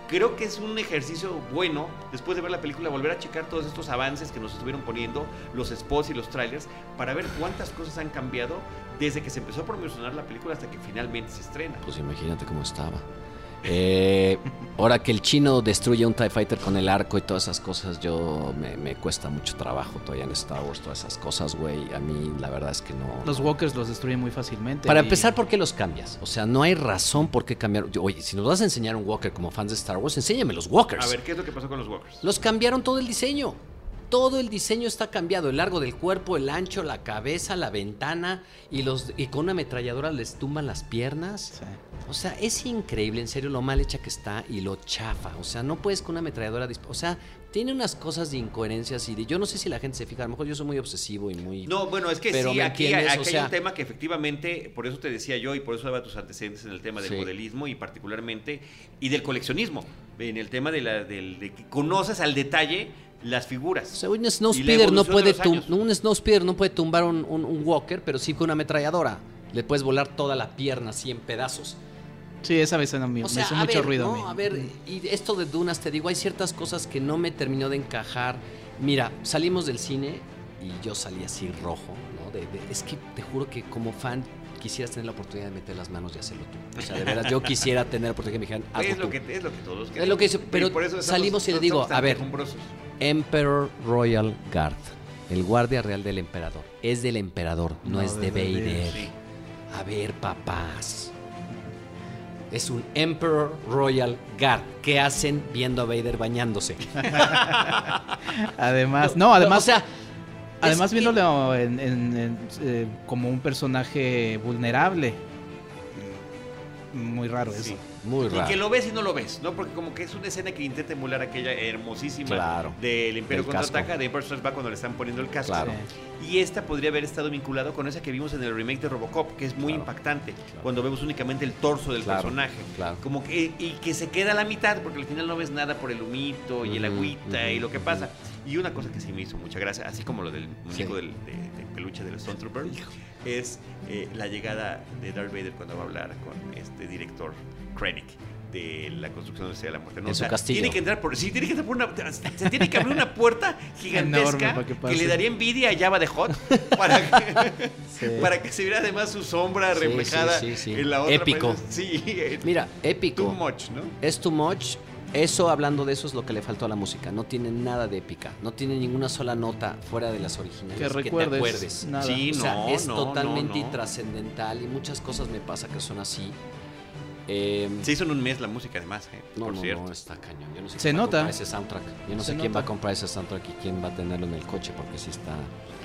Creo que es un ejercicio bueno, después de ver la película, volver a checar todos estos avances que nos estuvieron poniendo, los spots y los trailers, para ver cuántas cosas han cambiado desde que se empezó a promocionar la película hasta que finalmente se estrena. Pues imagínate cómo estaba. Ahora que el chino destruye un TIE Fighter con el arco y todas esas cosas, me cuesta mucho trabajo todavía en Star Wars, todas esas cosas, güey. A mí la verdad es que no. Los walkers los destruyen muy fácilmente. Para empezar, ¿por qué los cambias? O sea, no hay razón por qué cambiar. Oye, si nos vas a enseñar un walker como fans de Star Wars, enséñame los walkers. A ver, ¿qué es lo que pasó con los walkers? Los cambiaron todo el diseño. Todo el diseño está cambiado, el largo del cuerpo, el ancho, la cabeza, la ventana y con una ametralladora les tumban las piernas. Sí. O sea, es increíble, en serio, lo mal hecha que está y lo chafa. O sea, no puedes con una ametralladora o sea, tiene unas cosas de incoherencias y yo no sé si la gente se fija, a lo mejor yo soy muy obsesivo y muy... No, bueno, es que pero sí, ¿me aquí entiendes? hay O sea, un tema que efectivamente, por eso te decía yo y por eso daba tus antecedentes en el tema del Sí. modelismo y particularmente, y del coleccionismo, en el tema de que conoces al detalle las figuras. O sea, un Y la Snowspeeder no evolución de puede los años. un Snowspeeder no puede tumbar un walker, pero sí con una ametralladora. Le puedes volar toda la pierna así en pedazos. Sí, esa vez me O sea, hizo a mucho ver, ruido ¿no? a mí. A ver, y esto de Dunas, te digo, hay ciertas cosas que no me terminó de encajar. Mira, salimos del cine y yo salí así rojo, ¿no? Es que te juro que como fan quisieras tener la oportunidad de meter las manos y hacerlo tú. O sea, de veras, yo quisiera tener la oportunidad que me dijeran, hazlo Es lo tú. que todos Es lo que hice, pero por eso salimos y le digo, estamos a ver, quejumbrosos. Emperor Royal Guard, el guardia real del emperador. Es del emperador, no es de Vader. Sí. A ver, papás. Es un Emperor Royal Guard. ¿Qué hacen viendo a Vader bañándose? Además, o sea, además es que- viéndolo como un personaje vulnerable. Muy raro eso. Sí. muy Y raro. que lo ves y no lo ves, ¿no? Porque como que es una escena que intenta emular aquella hermosísima Claro. del Imperio Del Contraataca, casco. de Empire Strikes Back, cuando le están poniendo el casco. Claro. Y esta podría haber estado vinculado con esa que vimos en el remake de Robocop, que es muy Claro. impactante, cuando vemos únicamente el torso del Claro, personaje. claro. Como que, y que se queda a la mitad, porque al final no ves nada por el humito y el Ujú, agüita y ujú, lo que ujú. pasa. Y una cosa que sí me hizo mucha gracia, así como lo del muñeco Sí. de peluche del Stormtrooper, es la llegada de Darth Vader cuando va a hablar con este director Krennic de la construcción de la Estrella de la Muerte, ¿no? En su castillo. Tiene que entrar por se tiene que abrir una puerta gigantesca Enorme para que pase. le daría envidia a Jabba de Hutt para que se viera además su sombra Sí, reflejada sí, sí, sí. en la otra. Épico. Sí, Mira, épico. too much, ¿no? Es too much. Eso, hablando de eso, es lo que le faltó a la música. No tiene nada de épica. No tiene ninguna sola nota fuera de las originales. Que recuerdes. te acuerdes. Nada. Sí, O sea, no, es no, totalmente no. intrascendental y muchas cosas me pasa que son así. Se hizo en un mes la música, además, No, por no, cierto. no, está cañón. Yo no sé Se quién va a nota. comprar ese soundtrack. Yo no Se sé quién va a nota. comprar ese soundtrack y quién va a tenerlo en el coche porque sí está...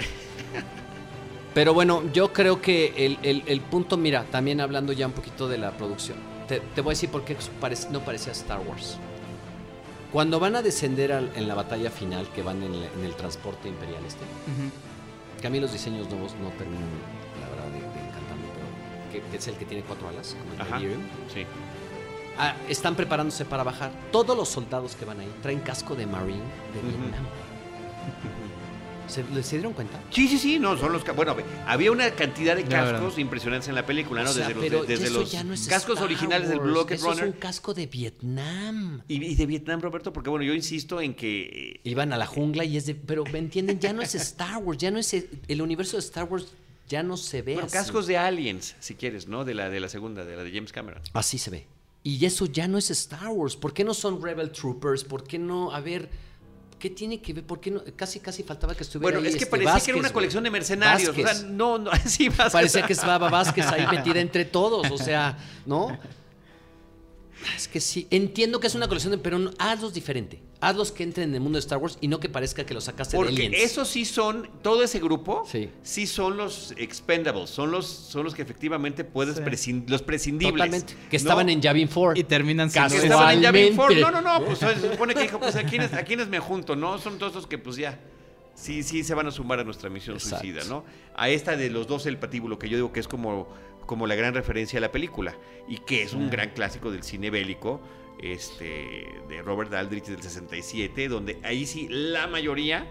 Pero bueno, yo creo que el punto, mira, también hablando ya un poquito de la producción, te voy a decir por qué no parecía Star Wars. Cuando van a descender en la batalla final, que van en el transporte imperial Ujú. que a mí los diseños nuevos no terminan, la verdad, de encantarme, pero que es el que tiene 4 alas, como el Ajá, Delirium. sí. Están preparándose para bajar. Todos los soldados que van ahí traen casco de Marine de Ujú. Vietnam. ¿Se dieron cuenta? Sí, no, son los... Bueno, había una cantidad de Ya, cascos verdad. impresionantes en la película, ¿no? O sea, desde pero desde eso los ya no es cascos Star originales del Wars, Blocket eso Runner. es un casco de Vietnam. Y de Vietnam, Roberto, porque bueno, yo insisto en que... Iban a la jungla y es de... Pero me entienden, ya no es Star Wars, ya no es... El universo de Star Wars ya no se ve Bueno, así. cascos de Aliens, si quieres, ¿no? De la segunda, de la de James Cameron. Así se ve. Y eso ya no es Star Wars. ¿Por qué no son Rebel Troopers? ¿Por qué no? A ver, ¿qué tiene que ver? ¿Por qué no? Casi faltaba que estuviera Bueno, ahí es que parecía Vázquez, que era una güey. colección de mercenarios. Vázquez. O sea, no, sí, Vázquez. Parecía que estaba Vázquez ahí metida entre todos, o sea, ¿no? Es que sí, entiendo que es una colección, pero hazlos diferente. Hazlos que entren en el mundo de Star Wars y no que parezca que los sacaste de Porque Aliens. esos sí son, todo ese grupo, Sí. son los expendables, son los que efectivamente puedes Sí. los prescindibles. Totalmente. Que ¿no? estaban en Yavin 4. Y terminan Que siendo estaban en Yavin 4. Casualmente. No, pues se supone que dijo, pues ¿a quiénes me junto? ¿No? Son todos los que pues ya, sí se van a sumar a nuestra misión Exacto. suicida, ¿no? A esta de los dos, el patíbulo, que yo digo que es como la gran referencia a la película, y que es un gran clásico del cine bélico, de Robert Aldrich del 67, donde ahí sí la mayoría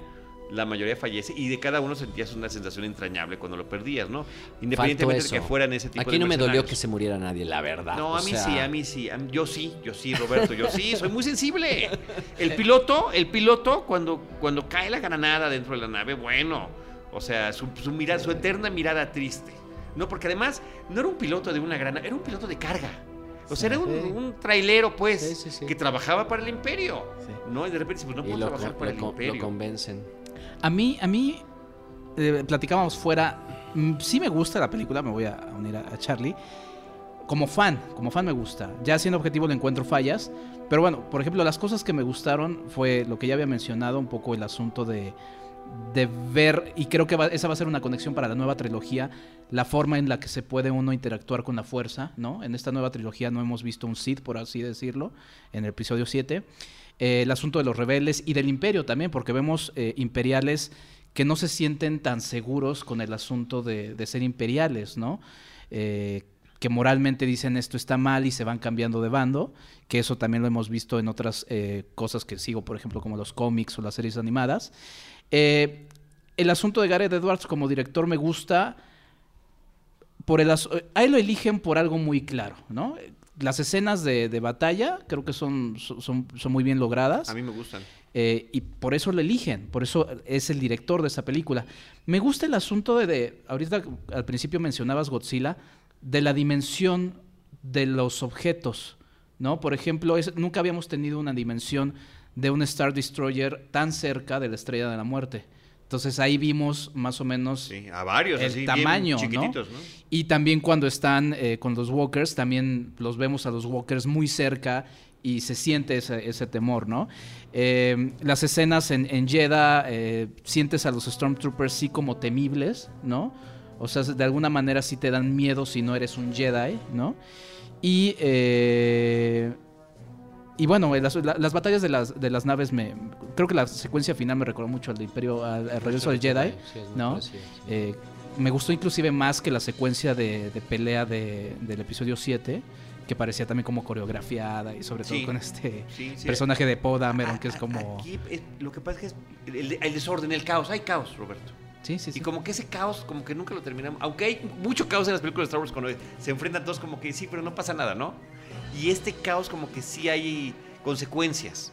la mayoría fallece y de cada uno sentías una sensación entrañable cuando lo perdías, ¿no? Independientemente de que fueran ese tipo de Aquí no me dolió mercenarios. que se muriera nadie, la verdad. No, a mí sí. Yo sí, Roberto, yo sí, soy muy sensible. El piloto cuando cae la granada dentro de la nave, bueno, o sea, su eterna mirada triste. No, porque además no era un piloto de una granada, era un piloto de carga. O sea, era un trailero, pues, que trabajaba para el Imperio. Sí. ¿No? Y de repente, pues no puedo trabajar para el Imperio. Lo convencen. A mí platicábamos fuera, sí me gusta la película, me voy a unir a Charlie. Como fan me gusta. Ya siendo objetivo le encuentro fallas. Pero bueno, por ejemplo, las cosas que me gustaron fue lo que ya había mencionado, un poco el asunto de ver, y creo que esa va a ser una conexión para la nueva trilogía, la forma en la que se puede uno interactuar con la fuerza, ¿no? En esta nueva trilogía no hemos visto un Sith, por así decirlo, en el episodio 7. El asunto de los rebeldes y del Imperio también, porque vemos imperiales que no se sienten tan seguros con el asunto de ser imperiales, ¿no? Que moralmente dicen esto está mal y se van cambiando de bando, que eso también lo hemos visto en otras cosas que sigo, por ejemplo, como los cómics o las series animadas. El asunto de Gareth Edwards como director me gusta ahí lo eligen por algo muy claro, ¿no? Las escenas de batalla creo que son muy bien logradas. A mí me gustan. Y por eso lo eligen, por eso es el director de esa película. Me gusta el asunto ahorita al principio mencionabas Godzilla, de la dimensión de los objetos, ¿no? Por ejemplo, nunca habíamos tenido una dimensión de un Star Destroyer tan cerca de la Estrella de la Muerte. Entonces ahí vimos más o menos a varios, el así, tamaño, chiquititos, ¿no? ¿no? Y también cuando están con los Walkers, también los vemos a los Walkers muy cerca y se siente ese temor, ¿no? Las escenas en Jedha, sientes a los Stormtroopers sí como temibles, ¿no? O sea, de alguna manera sí te dan miedo si no eres un Jedi, ¿no? Y bueno, las batallas de las naves creo que la secuencia final me recordó mucho al Imperio, al regreso del Jedi, ¿no? Me gustó inclusive más que la secuencia de pelea del episodio 7, que parecía también como coreografiada y sobre todo con este personaje de Poe Dameron, que es como... Aquí lo que pasa es que el desorden, el caos, hay caos, Roberto. Sí. Y como que ese caos, como que nunca lo terminamos. Aunque hay mucho caos en las películas de Star Wars cuando se enfrentan todos como que sí, pero no pasa nada, ¿no? Y este caos como que sí hay consecuencias.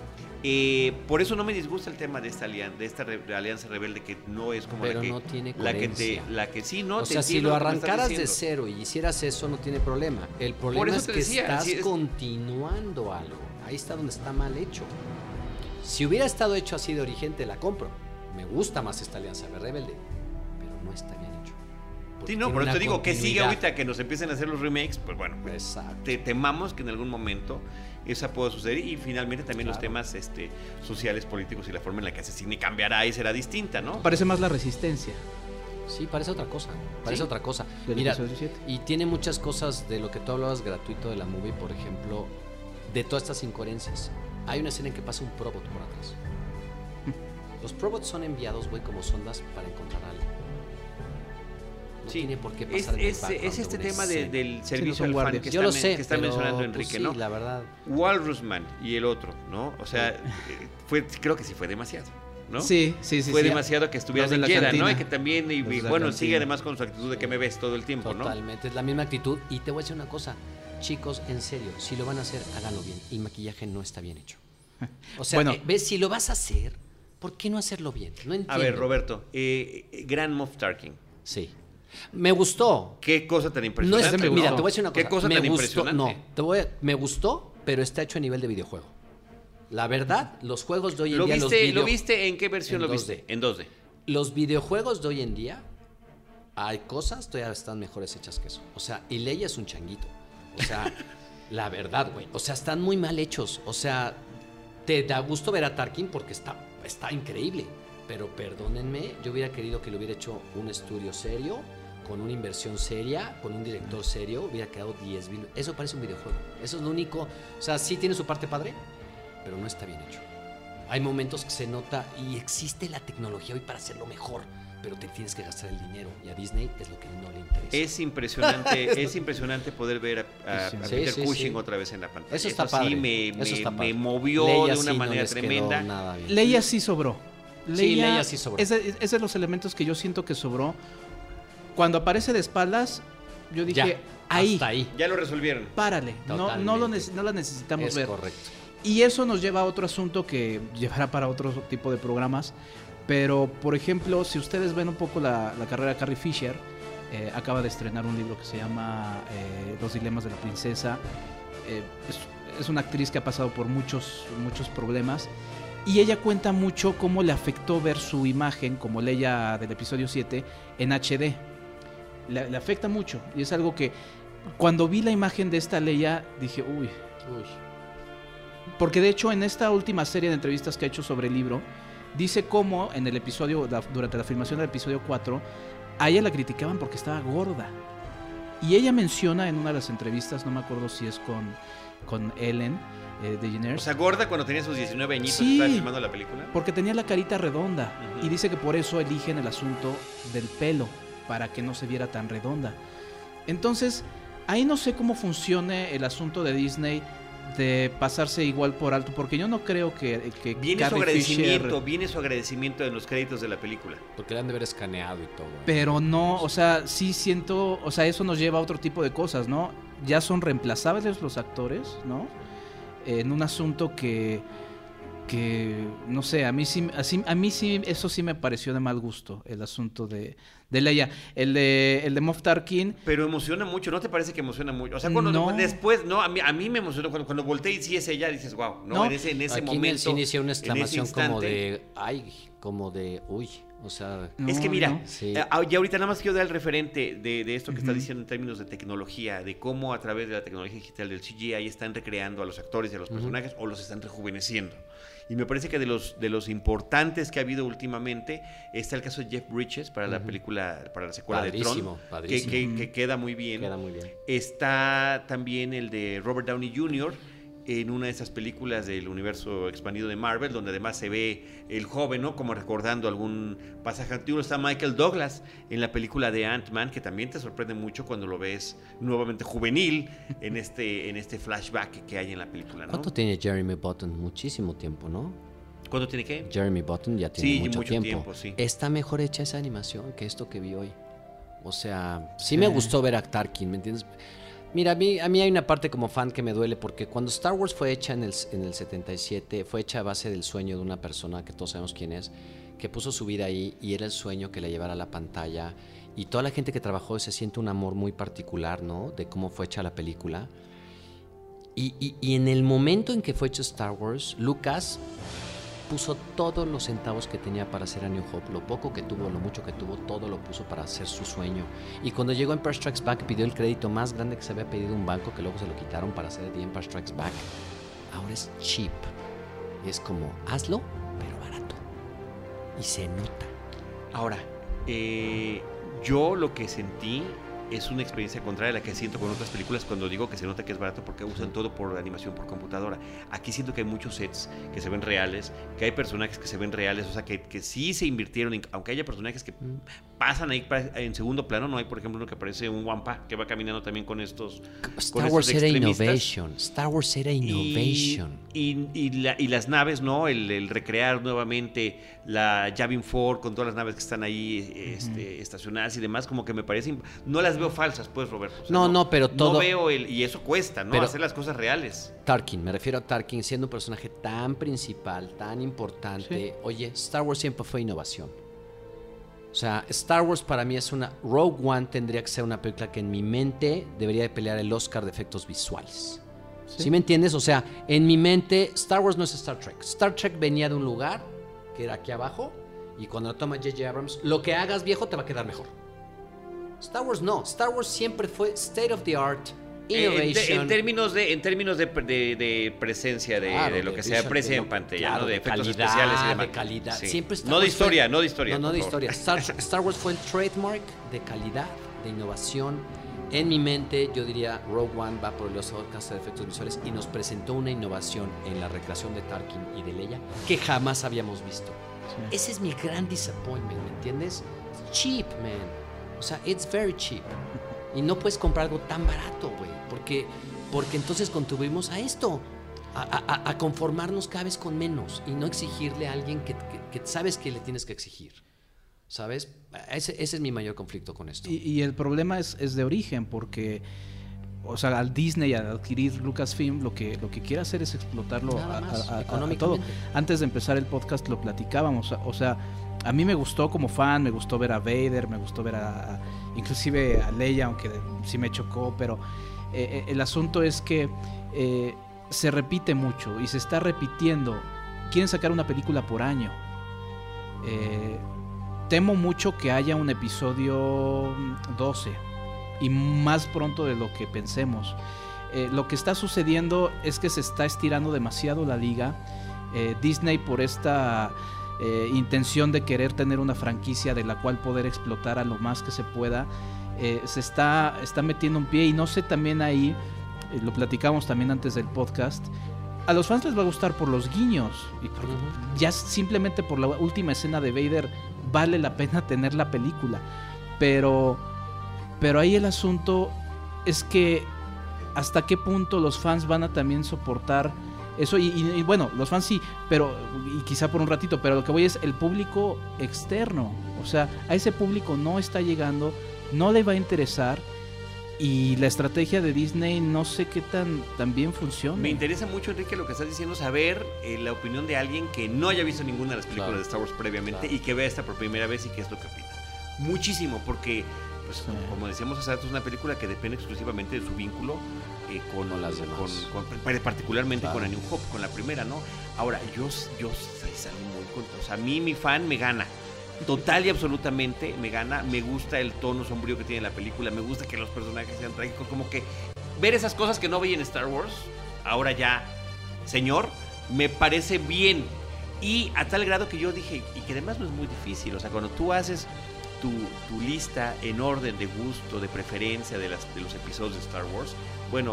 Por eso no me disgusta el tema de esta alianza rebelde, que no es como pero la que no tiene la que sí, ¿no? O sea, si lo arrancaras de cero y hicieras eso, no tiene problema. El problema es que estás continuando algo. Ahí está donde está mal hecho. Si hubiera estado hecho así de origen, te la compro. Me gusta más esta alianza rebelde, pero no está bien hecho. Sí, no, pero te digo que sigue ahorita que nos empiecen a hacer los remakes, pues bueno, temamos que en algún momento esa pueda suceder y finalmente también los temas sociales, políticos y la forma en la que se cine cambiará y será distinta, ¿no? Parece más la Resistencia. Sí, parece otra cosa. Otra cosa. Mira, y tiene muchas cosas de lo que tú hablabas gratuito de la movie, por ejemplo, de todas estas incoherencias. Hay una escena en que pasa un Probot por atrás. Los Probots son enviados, güey, como sondas para encontrar algo. No tiene por qué pasar es este tema del servicio al fan que está mencionando Enrique, pues, ¿no? Sí, la verdad. Walrusman y el otro, ¿no? O sea, creo que sí fue demasiado, ¿no? Sí. Fue demasiado que estuvieras en Jedha, ¿no? Y que también, y bueno, sigue además con su actitud de que me ves todo el tiempo, ¿no? Totalmente, es la misma actitud. Y te voy a decir una cosa, chicos, en serio, si lo van a hacer, háganlo bien. El maquillaje no está bien hecho. O sea, ves, si lo vas a hacer, ¿por qué no hacerlo bien? No entiendo. A ver, Roberto, Grand Moff Tarkin. Sí. Me gustó. Qué cosa tan impresionante. Mira, te voy a decir una cosa. Qué cosa tan impresionante. Me gustó, pero está hecho a nivel de videojuego. La verdad, los juegos de hoy en día... ¿Lo viste? ¿En qué versión lo 2D. viste? En 2D. Los videojuegos de hoy en día, hay cosas todavía están mejores hechas que eso. O sea, y Leia es un changuito. O sea, la verdad, güey. O sea, están muy mal hechos. O sea, te da gusto ver a Tarkin porque está increíble. Pero perdónenme, yo hubiera querido que lo hubiera hecho un estudio serio, con una inversión seria, con un director serio, hubiera quedado 10,000. Eso parece un videojuego. Eso es lo único. O sea, sí tiene su parte padre, pero no está bien hecho. Hay momentos que se nota y existe la tecnología hoy para hacerlo mejor, pero te tienes que gastar el dinero y a Disney es lo que no le interesa. Es impresionante poder ver a Peter Cushing otra vez en la pantalla. Eso está padre. Sí me movió Leia de una manera tremenda. Leia sí sobró. Leia sí sobró. Es de los elementos que yo siento que sobró. Cuando aparece de espaldas, yo dije, Ya, ahí, hasta ahí. Ya lo resolvieron. párale, no Totalmente. la necesitamos Es ver. correcto. Y eso nos lleva a otro asunto que llevará para otro tipo de programas. Pero, por ejemplo, si ustedes ven un poco la carrera de Carrie Fisher, acaba de estrenar un libro que se llama Los dilemas de la princesa. Es una actriz que ha pasado por muchos problemas. Y ella cuenta mucho cómo le afectó ver su imagen como Leia del episodio 7 en HD. Le afecta mucho. Y es algo que cuando vi la imagen de esta Leia dije, uy. Porque de hecho en esta última serie de entrevistas que ha hecho sobre el libro, dice cómo en el episodio, durante la filmación del episodio 4, a ella la criticaban porque estaba gorda. Y ella menciona en una de las entrevistas, no me acuerdo si es con Ellen DeGeneres. O sea, gorda cuando tenía sus 19 añitos, Sí. estaba filmando la película. Porque tenía la carita redonda. Ujú. Y dice que por eso eligen el asunto del pelo, para que no se viera tan redonda. Entonces, ahí no sé cómo funcione el asunto de Disney de pasarse igual por alto, porque yo no creo que Viene su Carrie agradecimiento, Fisher, viene su agradecimiento en los créditos de la película. Porque le han de haber escaneado y todo. pero no, o sea, sí siento, o sea, eso nos lleva a otro tipo de cosas, ¿no? Ya son reemplazables los actores, ¿no? En un asunto que no sé, a mí sí, eso sí me pareció de mal gusto, el asunto de Leia. El de Moff Tarkin. Pero emociona mucho, ¿no te parece que emociona mucho? O sea, cuando No. después, no, a mí me emocionó cuando volteé y sí es ella, dices, wow, ¿no? No. En ese Aquí momento. en el cine hicieron una en ese exclamación como instante. de, ay, como de, uy, o sea, No, Es que mira, no. sí. y ahorita nada más quiero dar el referente de esto que Ujú. estás diciendo en términos de tecnología, de cómo a través de la tecnología digital del CGI están recreando a los actores y a los personajes o los están rejuveneciendo. Y me parece que de los importantes que ha habido últimamente está el caso de Jeff Bridges para la película, para la secuela de Padrísimo, Tron, padrísimo. que queda muy bien. Queda muy bien. Está también el de Robert Downey Jr. en una de esas películas del universo expandido de Marvel, donde además se ve el joven, ¿no? Como recordando algún pasaje antiguo. Está Michael Douglas en la película de Ant-Man, que también te sorprende mucho cuando lo ves nuevamente juvenil en este flashback que hay en la película, ¿no? ¿Cuánto tiene Jeremy Button? Muchísimo tiempo, ¿no? ¿Cuánto tiene que? Jeremy Button ya tiene Sí, mucho mucho tiempo. tiempo, sí. Está mejor hecha esa animación que esto que vi hoy. O sea, sí Sí. me gustó ver a Tarkin, ¿me entiendes? Mira, a mí hay una parte como fan que me duele porque cuando Star Wars fue hecha en el 77, fue hecha a base del sueño de una persona que todos sabemos quién es, que puso su vida ahí y era el sueño que la llevara a la pantalla. Y toda la gente que trabajó se siente un amor muy particular, ¿no? De cómo fue hecha la película. Y en el momento en que fue hecho Star Wars, Lucas puso todos los centavos que tenía para hacer a New Hope, lo poco que tuvo, lo mucho que tuvo, todo lo puso para hacer su sueño. Y cuando llegó Empire Strikes Back pidió el crédito más grande que se había pedido un banco, que luego se lo quitaron para hacer The Empire Strikes Back. Ahora es cheap. Y es como, hazlo, pero barato. Y se nota. Ahora, yo lo que sentí es una experiencia contraria a la que siento con otras películas cuando digo que se nota que es barato porque usan todo por animación por computadora. Aquí siento que hay muchos sets que se ven reales, que hay personajes que se ven reales, o sea, que sí se invirtieron, aunque haya personajes que pasan ahí en segundo plano. No hay, por ejemplo, uno que parece un Wampa que va caminando también con estos Star Wars era extremistas. innovation. Star Wars era innovation. Y las naves, ¿no? El recrear nuevamente la Yavin 4 con todas las naves que están ahí estacionadas y demás, como que me parece... No las veo falsas, pues, Roberto. O sea, No, pero todo... No veo y eso cuesta, ¿no? Pero- Hacer las cosas reales. Tarkin, me refiero a Tarkin siendo un personaje tan principal, tan importante. Sí. Oye, Star Wars siempre fue innovación. O sea, Star Wars para mí es una... Rogue One tendría que ser una película que en mi mente debería de pelear el Oscar de efectos visuales. ¿Sí me entiendes? O sea, en mi mente Star Wars no es Star Trek. Star Trek venía de un lugar que era aquí abajo y cuando lo toma J.J. Abrams, lo que hagas viejo te va a quedar mejor. Star Wars no. Star Wars siempre fue state of the art, innovation. En términos de presencia, Claro, de lo que se visual, aprecia de en lo- pantalla, claro, ¿no? De efectos calidad, especiales y demás. de calidad. Sí. Siempre Star No de Wars fue- historia, no de historia. No, no por de favor. historia. Star Wars fue el trademark de calidad, de innovación. En mi mente, yo diría, Rogue One va por los Oscars de efectos visuales y nos presentó una innovación en la recreación de Tarkin y de Leia que jamás habíamos visto. Sí. Ese es mi gran disappointment, ¿me entiendes? It's cheap, man. O sea, it's very cheap. Y no puedes comprar algo tan barato, güey. Porque entonces contribuimos a esto. a conformarnos cada vez con menos y no exigirle a alguien que sabes que le tienes que exigir. ¿Sabes? Ese es mi mayor conflicto con esto. Y el problema es de origen, porque, o sea, al Disney, al adquirir Lucasfilm, lo que quiere hacer es explotarlo a todo. Antes de empezar el podcast lo platicábamos, o sea, a mí me gustó como fan, me gustó ver a Vader, me gustó ver inclusive a Leia, aunque sí me chocó, pero el asunto es que se repite mucho y se está repitiendo. Quieren sacar una película por año. Temo mucho que haya un episodio 12 y más pronto de lo que pensemos. Lo que está sucediendo es que se está estirando demasiado la liga. Disney, por esta intención de querer tener una franquicia de la cual poder explotar a lo más que se pueda, se está metiendo un pie, y no sé, también ahí, lo platicamos también antes del podcast, a los fans les va a gustar por los guiños, y ya simplemente por la última escena de Vader vale la pena tener la película, pero ahí el asunto es que hasta qué punto los fans van a también soportar eso, y bueno, los fans sí, pero y quizá por un ratito, pero lo que voy es el público externo, o sea, a ese público no está llegando, no le va a interesar. Y la estrategia de Disney no sé qué tan bien funciona. Me interesa mucho, Enrique, lo que estás diciendo, saber la opinión de alguien que no haya visto ninguna de las películas de Star Wars previamente y que vea esta por primera vez y qué es lo que opina. Muchísimo, porque, pues, como decíamos hace rato, es una película que depende exclusivamente de su vínculo con las demás. Particularmente con A New Hope, con la primera, ¿no? Ahora, yo salgo muy contento. O sea, a mí mi fan me gana. Total y absolutamente me gana. Me gusta el tono sombrío que tiene la película. Me gusta que los personajes sean trágicos. Como que ver esas cosas que no veía en Star Wars, ahora ya, señor, me parece bien. Y a tal grado que yo dije, y que además no es muy difícil. O sea, cuando tú haces tu lista en orden de gusto, de preferencia de los episodios de Star Wars, bueno,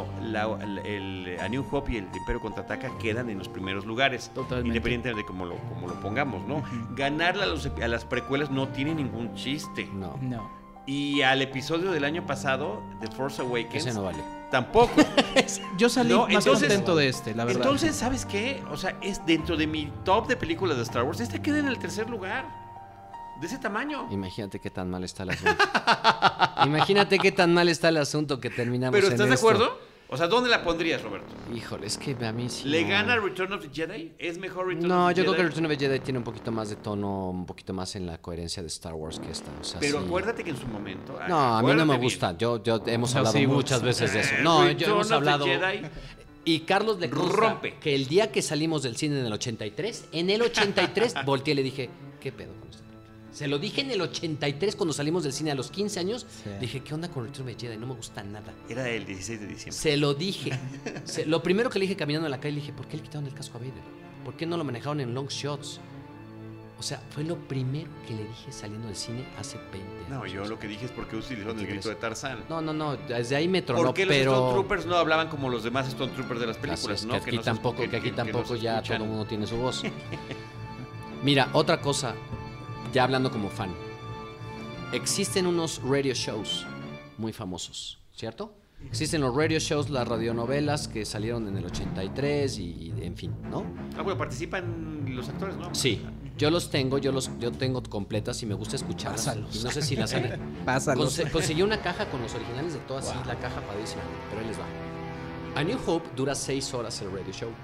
A New Hope y el Imperio Contraataca quedan en los primeros lugares. Totalmente. Independientemente de cómo lo pongamos, ¿no? Ganarle a las precuelas no tiene ningún chiste. No. Y al episodio del año pasado, The Force Awakens, ese no vale. Tampoco. Yo salí más contento de la verdad. Entonces, ¿sabes qué? O sea, es dentro de mi top de películas de Star Wars. Esta queda en el tercer lugar. De ese tamaño. Imagínate qué tan mal está el asunto. Imagínate qué tan mal está el asunto que terminamos. ¿Pero estás de acuerdo? O sea, ¿dónde la pondrías, Roberto? Híjole, es que a mí sí. ¿Le gana Return of the Jedi? ¿Es mejor Return of the Jedi? No, yo creo que Return of the Jedi tiene un poquito más de tono, un poquito más en la coherencia de Star Wars que esta. O sea, pero sí. Acuérdate que en su momento. No, a mí no me gusta. Yo hemos hablado muchas veces de eso. No, yo hemos hablado. Y Carlos le consta que el día que salimos del cine en el 83, volteé y le dije, ¿qué pedo con esto? Se lo dije en el 83 cuando salimos del cine a los 15 años. Sí. Dije, ¿qué onda con Return of the Jedi? No me gusta nada. Era el 16 de diciembre. Se lo dije. Lo primero que le dije caminando en la calle, le dije, ¿por qué le quitaron el casco a Vader? ¿Por qué no lo manejaron en long shots? O sea, fue lo primero que le dije saliendo del cine hace 20 años. No, yo lo que dije es porque utilizaron el grito de Tarzán. No, desde ahí me tronó, porque los Stone Troopers no hablaban como los demás Stone Troopers de las películas, ¿no? Que aquí tampoco ya todo el mundo tiene su voz. Mira, otra cosa, ya hablando como fan. Existen unos radio shows muy famosos, ¿cierto? Existen los radio shows, las radionovelas que salieron en el 83 y en fin, ¿no? Ah, bueno, participan los actores, ¿no? Sí, yo los tengo, yo tengo completas y me gusta escucharlas. Pásalos. Y no sé si las han... Pásalos. Conseguí una caja con los originales de todas, sí, la caja padrísima, pero ahí les va. A New Hope dura 6 horas el radio show.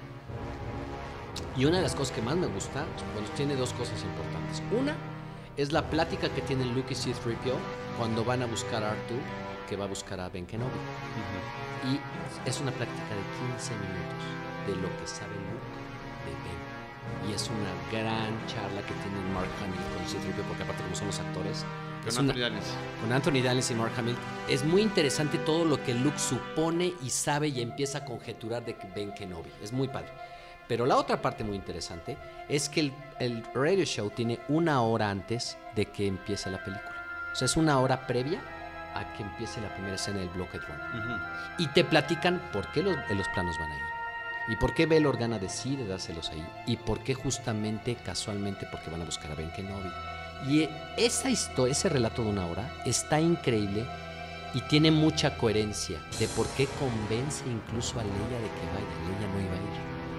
Y una de las cosas que más me gusta, bueno, tiene dos cosas importantes. Una es la plática que tienen Luke y C-3PO cuando van a buscar a R2, que va a buscar a Ben Kenobi. Y es una plática de 15 minutos de lo que sabe Luke de Ben. Y es una gran charla que tienen Mark Hamill con C-3PO, porque aparte como son los actores... Con Anthony Daniels y Mark Hamill. Es muy interesante todo lo que Luke supone y sabe y empieza a conjeturar de Ben Kenobi. Es muy padre. Pero la otra parte muy interesante es que el radio show tiene 1 hora antes de que empiece la película. O sea, es 1 hora previa a que empiece la primera escena del Blockhead Run. Y te platican por qué los planos van ahí. Y por qué Bail Organa decide dárselos ahí. Y por qué justamente, casualmente, porque van a buscar a Ben Kenobi. Y esa historia, ese relato de 1 hora está increíble y tiene mucha coherencia de por qué convence incluso a Leia de que vaya. Leia no iba a ir.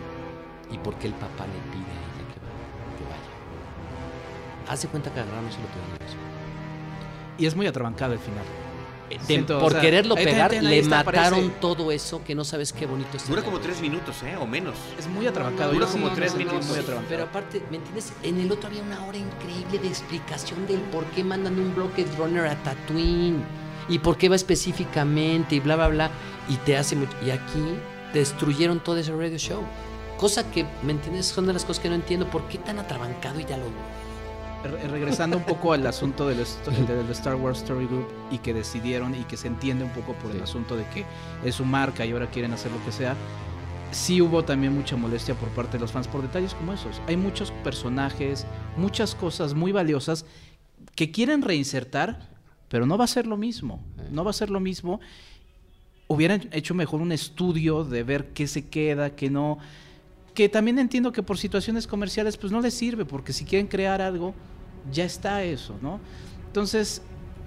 ¿Y por qué el papá le pide a ella que vaya? Haz de cuenta que agarraron solo te eso. Y es muy atrabancado el final. Por quererlo pegar, le mataron aparece. todo eso que no sabes qué bonito está. Dura como 3 minutos, o menos. Es muy atrabancado. Dura Yo como sí 3 me sentí minutos. muy atrabancado. Pero aparte, ¿me entiendes? En el otro había una hora increíble de explicación del por qué mandan un Rocket Runner a Tatooine y por qué va específicamente y bla, bla, bla. Y te hace mucho. Y aquí destruyeron todo ese radio show. Cosa que, ¿me entiendes? Son de las cosas que no entiendo. ¿Por qué tan atrabancado y ya lo... Regresando un poco al asunto del Star Wars Story Group y que decidieron y que se entiende un poco por el asunto de que es su marca y ahora quieren hacer lo que sea, sí hubo también mucha molestia por parte de los fans por detalles como esos. Hay muchos personajes, muchas cosas muy valiosas que quieren reinsertar, pero no va a ser lo mismo. No va a ser lo mismo. Hubieran hecho mejor un estudio de ver qué se queda, qué no. Que también entiendo que por situaciones comerciales pues no les sirve, porque si quieren crear algo, ya está eso, ¿no? Entonces,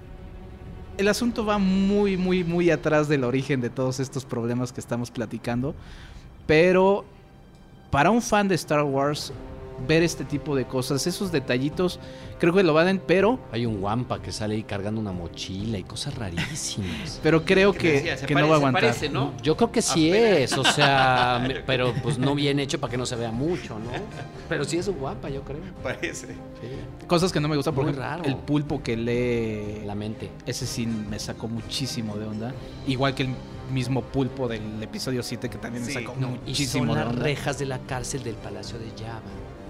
el asunto va muy, muy, muy atrás del origen de todos estos problemas que estamos platicando, pero para un fan de Star Wars, ver este tipo de cosas, esos detallitos, creo que lo valen, pero... Hay un Wampa que sale ahí cargando una mochila y cosas rarísimas. Pero creo que no va a aguantar. Parece, ¿no? Yo creo que sí es, o sea, pero pues no bien hecho para que no se vea mucho, ¿no? Pero sí es un Wampa, yo creo. Parece. Sí. Cosas que no me gustan, por Muy ejemplo, raro. el pulpo que lee... La mente. Ese sí me sacó muchísimo de onda. Igual que el mismo pulpo del episodio 7 que también me sacó Y son muchísimo de las onda. rejas de la cárcel del Palacio de Jabba.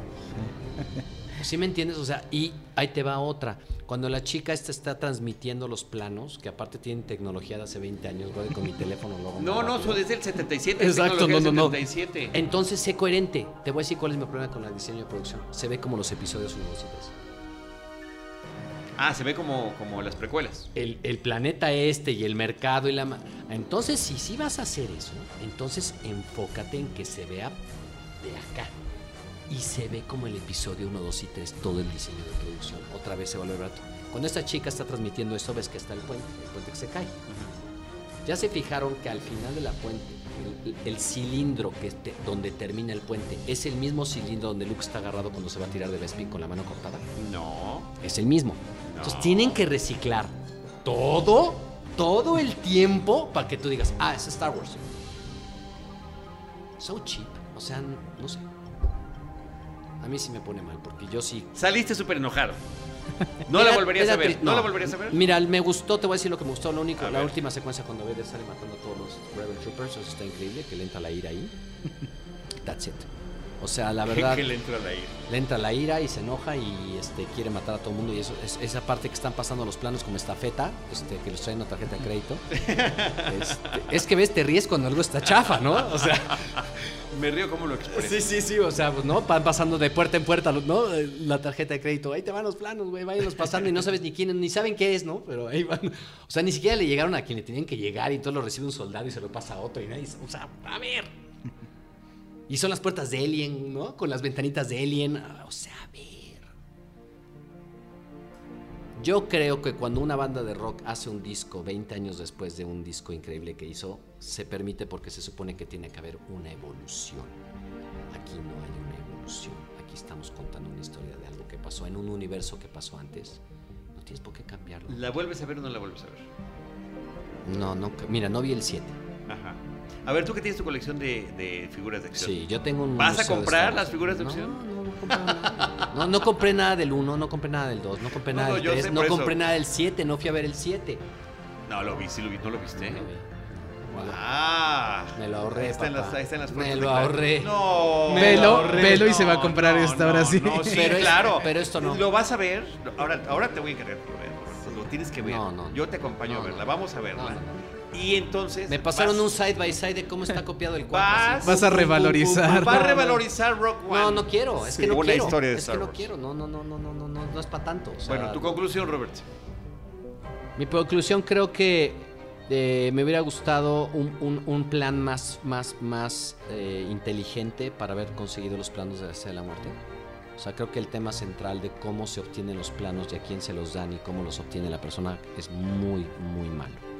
¿Sí me entiendes? O sea, y ahí te va otra. Cuando la chica esta está transmitiendo los planos, que aparte tienen tecnología de hace 20 años, güey, con mi teléfono luego. No, eso desde el 77. Exacto, tecnología no. del 77. Entonces, sé coherente. Te voy a decir cuál es mi problema con el diseño de producción. Se ve como los episodios 1, 2 y 3. Se ve como las precuelas. El planeta este y el mercado y la... Entonces, si sí vas a hacer eso, entonces enfócate en que se vea de acá. Y se ve como el episodio 1, 2 y 3, todo el diseño de producción. Otra vez se vuelve rato. Cuando esta chica está transmitiendo esto, ves que está el puente que se cae. Ya se fijaron que al final de la puente, el cilindro donde termina el puente, es el mismo cilindro donde Luke está agarrado cuando se va a tirar de Bespin con la mano cortada. No. Es el mismo. Entonces tienen que reciclar todo el tiempo para que tú digas, es Star Wars. So cheap. O sea, no sé. A mí sí me pone mal, porque yo sí... Saliste súper enojado. ¿No la volverías a ver? ¿No la volverías a ver? Mira, me gustó, te voy a decir lo que me gustó. Lo único, la última secuencia cuando Vader sale matando a todos los Rebel Troopers, eso está increíble, que le entra la ira ahí. That's it. O sea, la verdad... que le entra la ira. Le entra la ira y se enoja y quiere matar a todo el mundo. Y eso es esa parte que están pasando los planos como estafeta, que los traen una tarjeta de crédito. Es que ves, te ríes cuando algo está chafa, ¿no? O sea... Me río como lo expresas. Sí, o sea, pues no, van pasando de puerta en puerta, ¿no? La tarjeta de crédito, ahí te van los planos, güey, váyanlos pasando y no sabes ni quién, ni saben qué es, ¿no? Pero ahí van. O sea, ni siquiera le llegaron a quien le tenían que llegar y entonces lo recibe un soldado y se lo pasa a otro y nadie, o sea, a ver. Y son las puertas de Alien, ¿no? Con las ventanitas de Alien, o sea, a ver. Yo creo que cuando una banda de rock hace un disco 20 años después de un disco increíble que hizo, se permite porque se supone que tiene que haber una evolución. Aquí no hay una evolución. Aquí estamos contando una historia de algo que pasó en un universo que pasó antes. No tienes por qué cambiarlo. ¿La vuelves a ver o no la vuelves a ver? No, mira, no vi el 7. Ajá. A ver, tú que tienes tu colección de figuras de acción. Sí, yo tengo un... ¿Vas a museo de comprar Star Wars. las figuras de acción? No compré nada. No compré nada del 1, no compré nada del 2, no compré nada del yo 3, sé, no por compré eso. nada del 7, no fui a ver el 7. No, lo vi, sí lo vi. ¿No lo viste? No lo vi. Me lo ahorré, ahí están papá. ahí están las Me fotos lo de ahorré. No. Me lo ahorré. Velo y se va a comprar esta ahora sí. No, sí, Pero claro. pero esto no. Lo vas a ver. Ahora te voy a encargar por ver, Roberto. Lo tienes que ver. No. Yo te acompaño No, a verla. no. Vamos a verla. No. Y entonces... Me pasaron un side by side de cómo está copiado el 4. Vas a revalorizar. Va a revalorizar Rock One. No quiero, es Sí, que no una quiero. historia de Es Star que no Wars. quiero, no es para tanto. O sea, Bueno, tu conclusión, Robert. Mi conclusión creo que me hubiera gustado un plan más inteligente para haber conseguido los planos de la Estrella de la Muerte. O sea, creo que el tema central de cómo se obtienen los planos y a quién se los dan y cómo los obtiene la persona es muy, muy malo.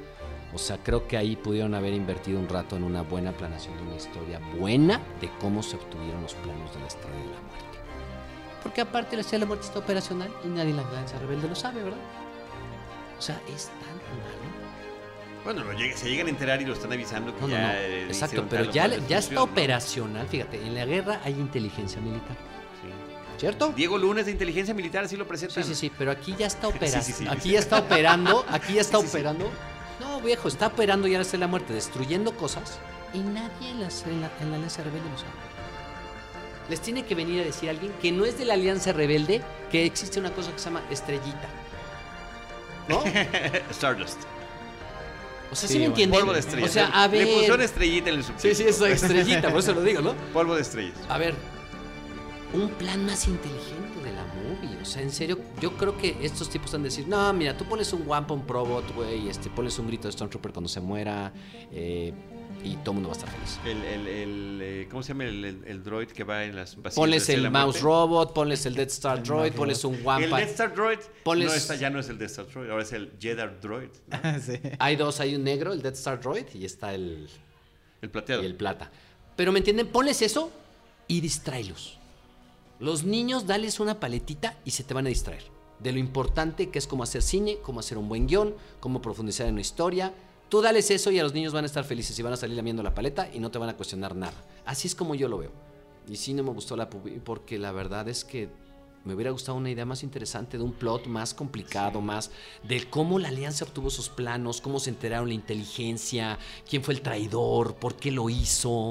O sea, creo que ahí pudieron haber invertido un rato en una buena planeación de una historia buena de cómo se obtuvieron los planos de la Estrella de la Muerte. Porque aparte la Estrella de la Muerte está operacional y nadie en la Alianza Rebelde lo sabe, ¿verdad? O sea, es tan malo. Bueno, se llegan a enterar y lo están avisando que No, ya... no. Exacto, pero ya está operacional. Fíjate, en la guerra hay inteligencia militar. ¿Cierto? Diego Lunes de inteligencia militar, así lo presentan. Sí, pero aquí ya está operando. Sí. Aquí ya está operando. Aquí ya está operando. No, viejo, está operando ya la Estrella de la Muerte, destruyendo cosas. Y nadie en la Alianza Rebelde lo sabe. Les tiene que venir a decir a alguien que no es de la Alianza Rebelde que existe una cosa que se llama estrellita. ¿No? Stardust. O sea, ¿sí me entienden? Polvo de estrellas. O sea, a ver. Le pusieron estrellita en el subtítulo. Sí, eso, estrellita, por eso lo digo, ¿no? Polvo de estrellas. A ver, un plan más inteligente de la movie. O sea, en serio, yo creo que estos tipos van a decir, no, mira, tú pones un Wampum Probot, güey, pones un grito de Stormtrooper cuando se muera, y todo el mundo va a estar feliz. ¿Cómo se llama el droid que va en las pasillos? Ponles el Mouse Robot, ponles el Death Star Droid, ponles un Wampa. El Death Star Droid ya no es el Death Star Droid, ahora es el Jedi Droid, ¿no? Sí. Hay dos, hay un negro, el Death Star Droid, y está el plateado. Y el plata. Pero ¿me entienden? Ponles eso y distráelos. Los niños, dales una paletita y se te van a distraer. De lo importante que es cómo hacer cine, cómo hacer un buen guión, cómo profundizar en una historia. Tú dales eso y a los niños van a estar felices y van a salir lamiendo la paleta y no te van a cuestionar nada. Así es como yo lo veo. Y sí, no me gustó la porque la verdad es que me hubiera gustado una idea más interesante, de un plot más complicado, más de cómo la Alianza obtuvo sus planos, cómo se enteraron la inteligencia, quién fue el traidor, por qué lo hizo.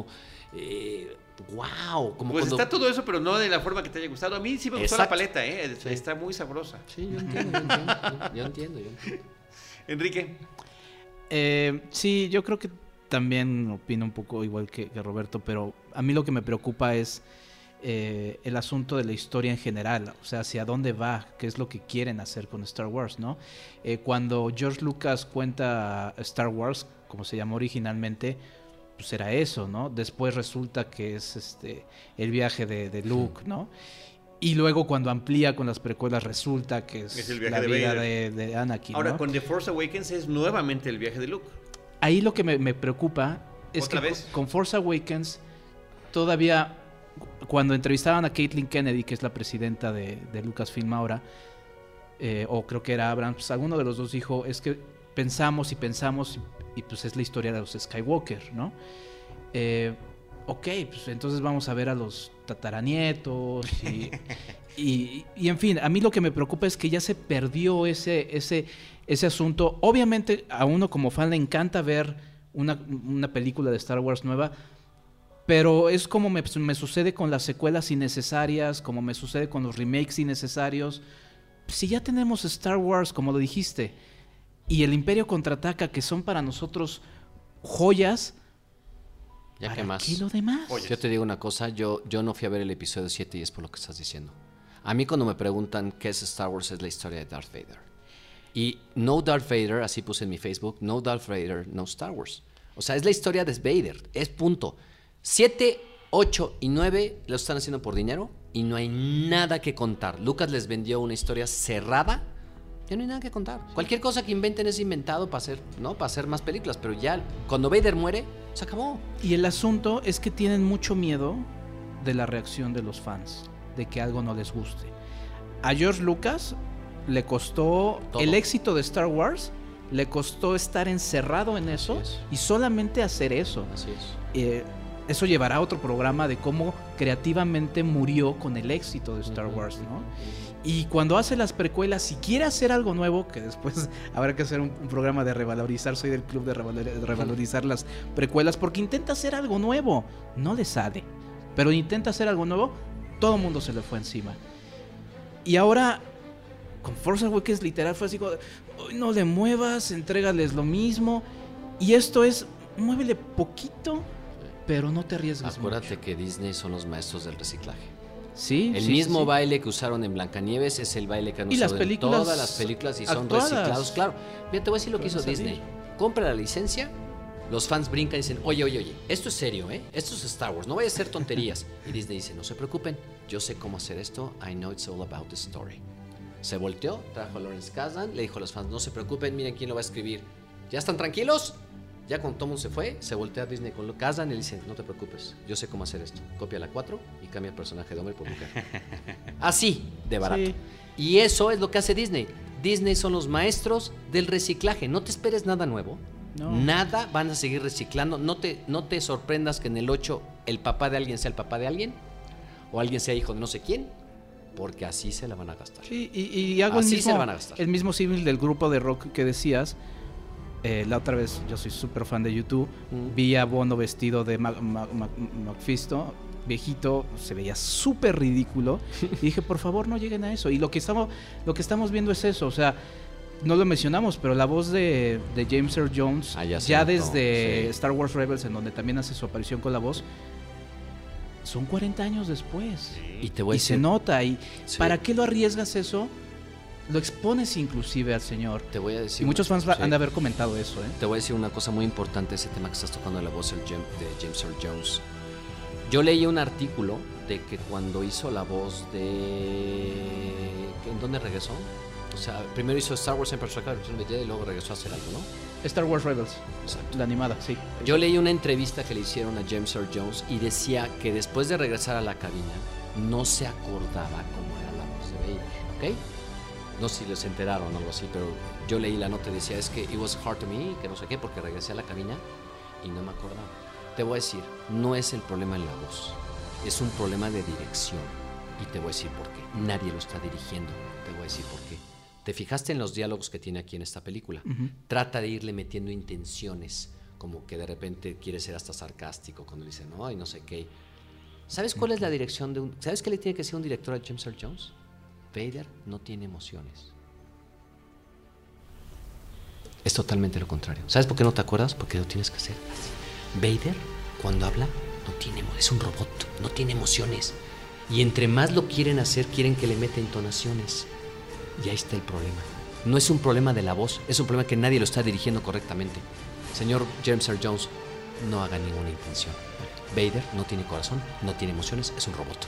Wow, como pues cuando... está todo eso, pero no de la forma que te haya gustado. A mí sí me gustó la paleta, Sí. Está muy sabrosa. Sí, yo entiendo. Enrique. Sí, yo creo que también opino un poco igual que Roberto, pero a mí lo que me preocupa es el asunto de la historia en general, o sea, hacia dónde va, qué es lo que quieren hacer con Star Wars, ¿no? Cuando George Lucas cuenta Star Wars, como se llamó originalmente, pues era eso, ¿no? Después resulta que es el viaje de Luke, ¿no? Y luego cuando amplía con las precuelas resulta que es el viaje la de vida Vader. de Anakin, Ahora, ¿no? con The Force Awakens es nuevamente el viaje de Luke. Ahí lo que me preocupa es ¿Otra que vez? con Force Awakens todavía, cuando entrevistaban a Caitlin Kennedy, que es la presidenta de Lucasfilm ahora, o creo que era Abrams, pues alguno de los dos dijo, es que pensamos y pues es la historia de los Skywalker, ¿no? Ok, pues entonces vamos a ver a los tataranietos y en fin, a mí lo que me preocupa es que ya se perdió ese asunto. Obviamente a uno como fan le encanta ver una película de Star Wars nueva, pero es como me sucede con las secuelas innecesarias, como me sucede con los remakes innecesarios. Si ya tenemos Star Wars, como lo dijiste, y el Imperio Contraataca, que son para nosotros joyas, Ya ¿para que más. qué lo demás? Oye. Yo te digo una cosa, yo no fui a ver el episodio 7 y es por lo que estás diciendo. A mí cuando me preguntan qué es Star Wars, es la historia de Darth Vader. Y no Darth Vader, así puse en mi Facebook, no Darth Vader, no Star Wars. O sea, es la historia de Vader, es punto. 7, 8 y 9 lo están haciendo por dinero y no hay nada que contar. Lucas les vendió una historia cerrada, ya no hay nada que contar. Cualquier cosa que inventen es inventado para hacer, ¿no? Para hacer más películas, pero ya cuando Vader muere, se acabó. Y el asunto es que tienen mucho miedo de la reacción de los fans, de que algo no les guste. A George Lucas le costó Todo. el éxito de Star Wars, le costó estar encerrado en eso Así es. y solamente hacer eso. Así es. Eso llevará a otro programa de cómo creativamente murió con el éxito de Star Wars, ¿no? Y cuando hace las precuelas, si quiere hacer algo nuevo, que después habrá que hacer un programa de revalorizar, soy del club de revalorizar las precuelas, porque intenta hacer algo nuevo, no le sale, pero intenta hacer algo nuevo, todo el mundo se le fue encima. Y ahora, con Force Awakens literal fue así como, "Uy, no le muevas, entrégales lo mismo", y esto es, muévele poquito, pero no te arriesgues Acuérdate mucho. que Disney son los maestros del reciclaje. Sí, El sí, mismo sí. baile que usaron en Blancanieves es el baile que han Y las usado en películas todas las películas y son actuadas. reciclados. Claro, mira, te voy a decir lo que hizo Pueden Disney. salir. Compra la licencia, los fans brincan y dicen, oye, esto es serio, ¿eh? Esto es Star Wars, no vaya a ser tonterías. Y Disney dice, no se preocupen, yo sé cómo hacer esto, I know it's all about the story. Se volteó, trajo a Lawrence Kasdan, le dijo a los fans, no se preocupen, miren quién lo va a escribir. ¿Ya están tranquilos? Ya cuando todo el mundo se fue, se voltea a Disney con Kazdan y le dice, no te preocupes, yo sé cómo hacer esto. Copia la 4 y cambia el personaje de hombre por mujer. Así, de barato. Sí. Y eso es lo que hace Disney. Disney son los maestros del reciclaje. No te esperes nada nuevo. No. Nada, van a seguir reciclando. No te sorprendas que en el 8 el papá de alguien sea el papá de alguien o alguien sea hijo de no sé quién, porque así se la van a gastar. Sí, y hago Así se la van a gastar. el mismo símil del grupo de rock que decías. La otra vez, yo soy súper fan de YouTube, vi a Bono vestido de Mephisto, viejito, se veía súper ridículo, y dije, por favor, no lleguen a eso. Y lo que estamos viendo es eso, o sea, no lo mencionamos, pero la voz de James Earl Jones, ya desde sí. Star Wars Rebels, en donde también hace su aparición con la voz, son 40 años después. Y te voy a Y decir, se nota, y Sí. ¿para qué lo arriesgas eso? Lo expones inclusive al señor. te voy a decir Y muchos fans sí. han de haber comentado eso, ¿eh? Te voy a decir una cosa muy importante, ese tema que estás tocando de la voz de James Earl Jones. Yo leí un artículo de que cuando hizo la voz de... ¿En dónde regresó? O sea, primero hizo Star Wars Empire Strikes Back y luego regresó a hacer algo, ¿no? Star Wars Rebels, Exacto. la animada, sí. Yo leí una entrevista que le hicieron a James Earl Jones y decía que después de regresar a la cabina no se acordaba cómo era la voz de Vader, ¿ok? No sé si les enteraron o algo así, pero yo leí la nota y decía, es que it was hard to me, que no sé qué, porque regresé a la cabina y no me acordaba. Te voy a decir, no es el problema en la voz, es un problema de dirección. Y te voy a decir por qué. Nadie lo está dirigiendo. Te voy a decir por qué. ¿Te fijaste en los diálogos que tiene aquí en esta película? Trata de irle metiendo intenciones, como que de repente quiere ser hasta sarcástico cuando dice, no, y no sé qué. ¿Sabes cuál es la dirección de un... ¿Sabes qué le tiene que decir un director a James Earl Jones? Vader no tiene emociones. Es totalmente lo contrario. ¿Sabes por qué no te acuerdas? Porque lo tienes que hacer así. Vader, cuando habla, no tiene emociones. Es un robot, no tiene emociones. Y entre más lo quieren hacer, quieren que le meta entonaciones. Y ahí está el problema. No es un problema de la voz, es un problema que nadie lo está dirigiendo correctamente. Señor James Earl Jones, no haga ninguna intención. Vader no tiene corazón, no tiene emociones, es un robot.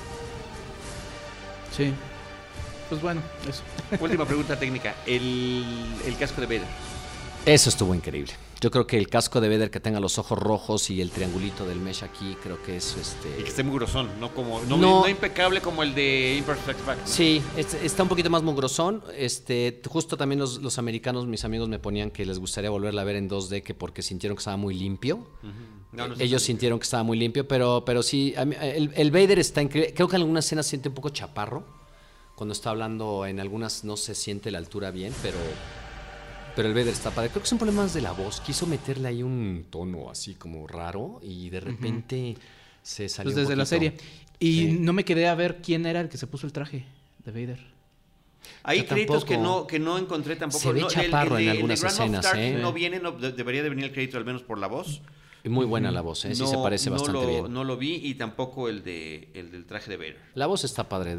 Sí. Pues bueno, eso. Última pregunta técnica. El casco de Vader. Eso estuvo increíble. Yo creo que el casco de Vader que tenga los ojos rojos y el triangulito del mesh aquí, creo que es Y que esté muy grosón, no impecable como el de Empire Strikes Back, ¿no? Sí, está un poquito más mugrosón. Justo también los americanos, mis amigos, me ponían que les gustaría volverla a ver en 2D, que porque sintieron que estaba muy limpio. Ellos sintieron que estaba muy limpio, pero sí, el Vader está increíble. Creo que en algunas escenas se siente un poco chaparro. Cuando está hablando, en algunas no se siente la altura bien, pero el Vader está padre. Creo que son problemas de la voz. Quiso meterle ahí un tono así como raro y de repente se salió Pues desde un la poquito. serie. Y Sí. no me quedé a ver quién era el que se puso el traje de Vader. Hay Yo créditos tampoco. que no encontré tampoco. Se ve chaparro en algunas el de Grand Moff escenas, Tarkin ¿eh? no viene, debería de venir el crédito al menos por la voz. Muy buena la voz, ¿eh? Sí se parece bastante bien. No lo vi y tampoco el del traje de Vader. La voz está padre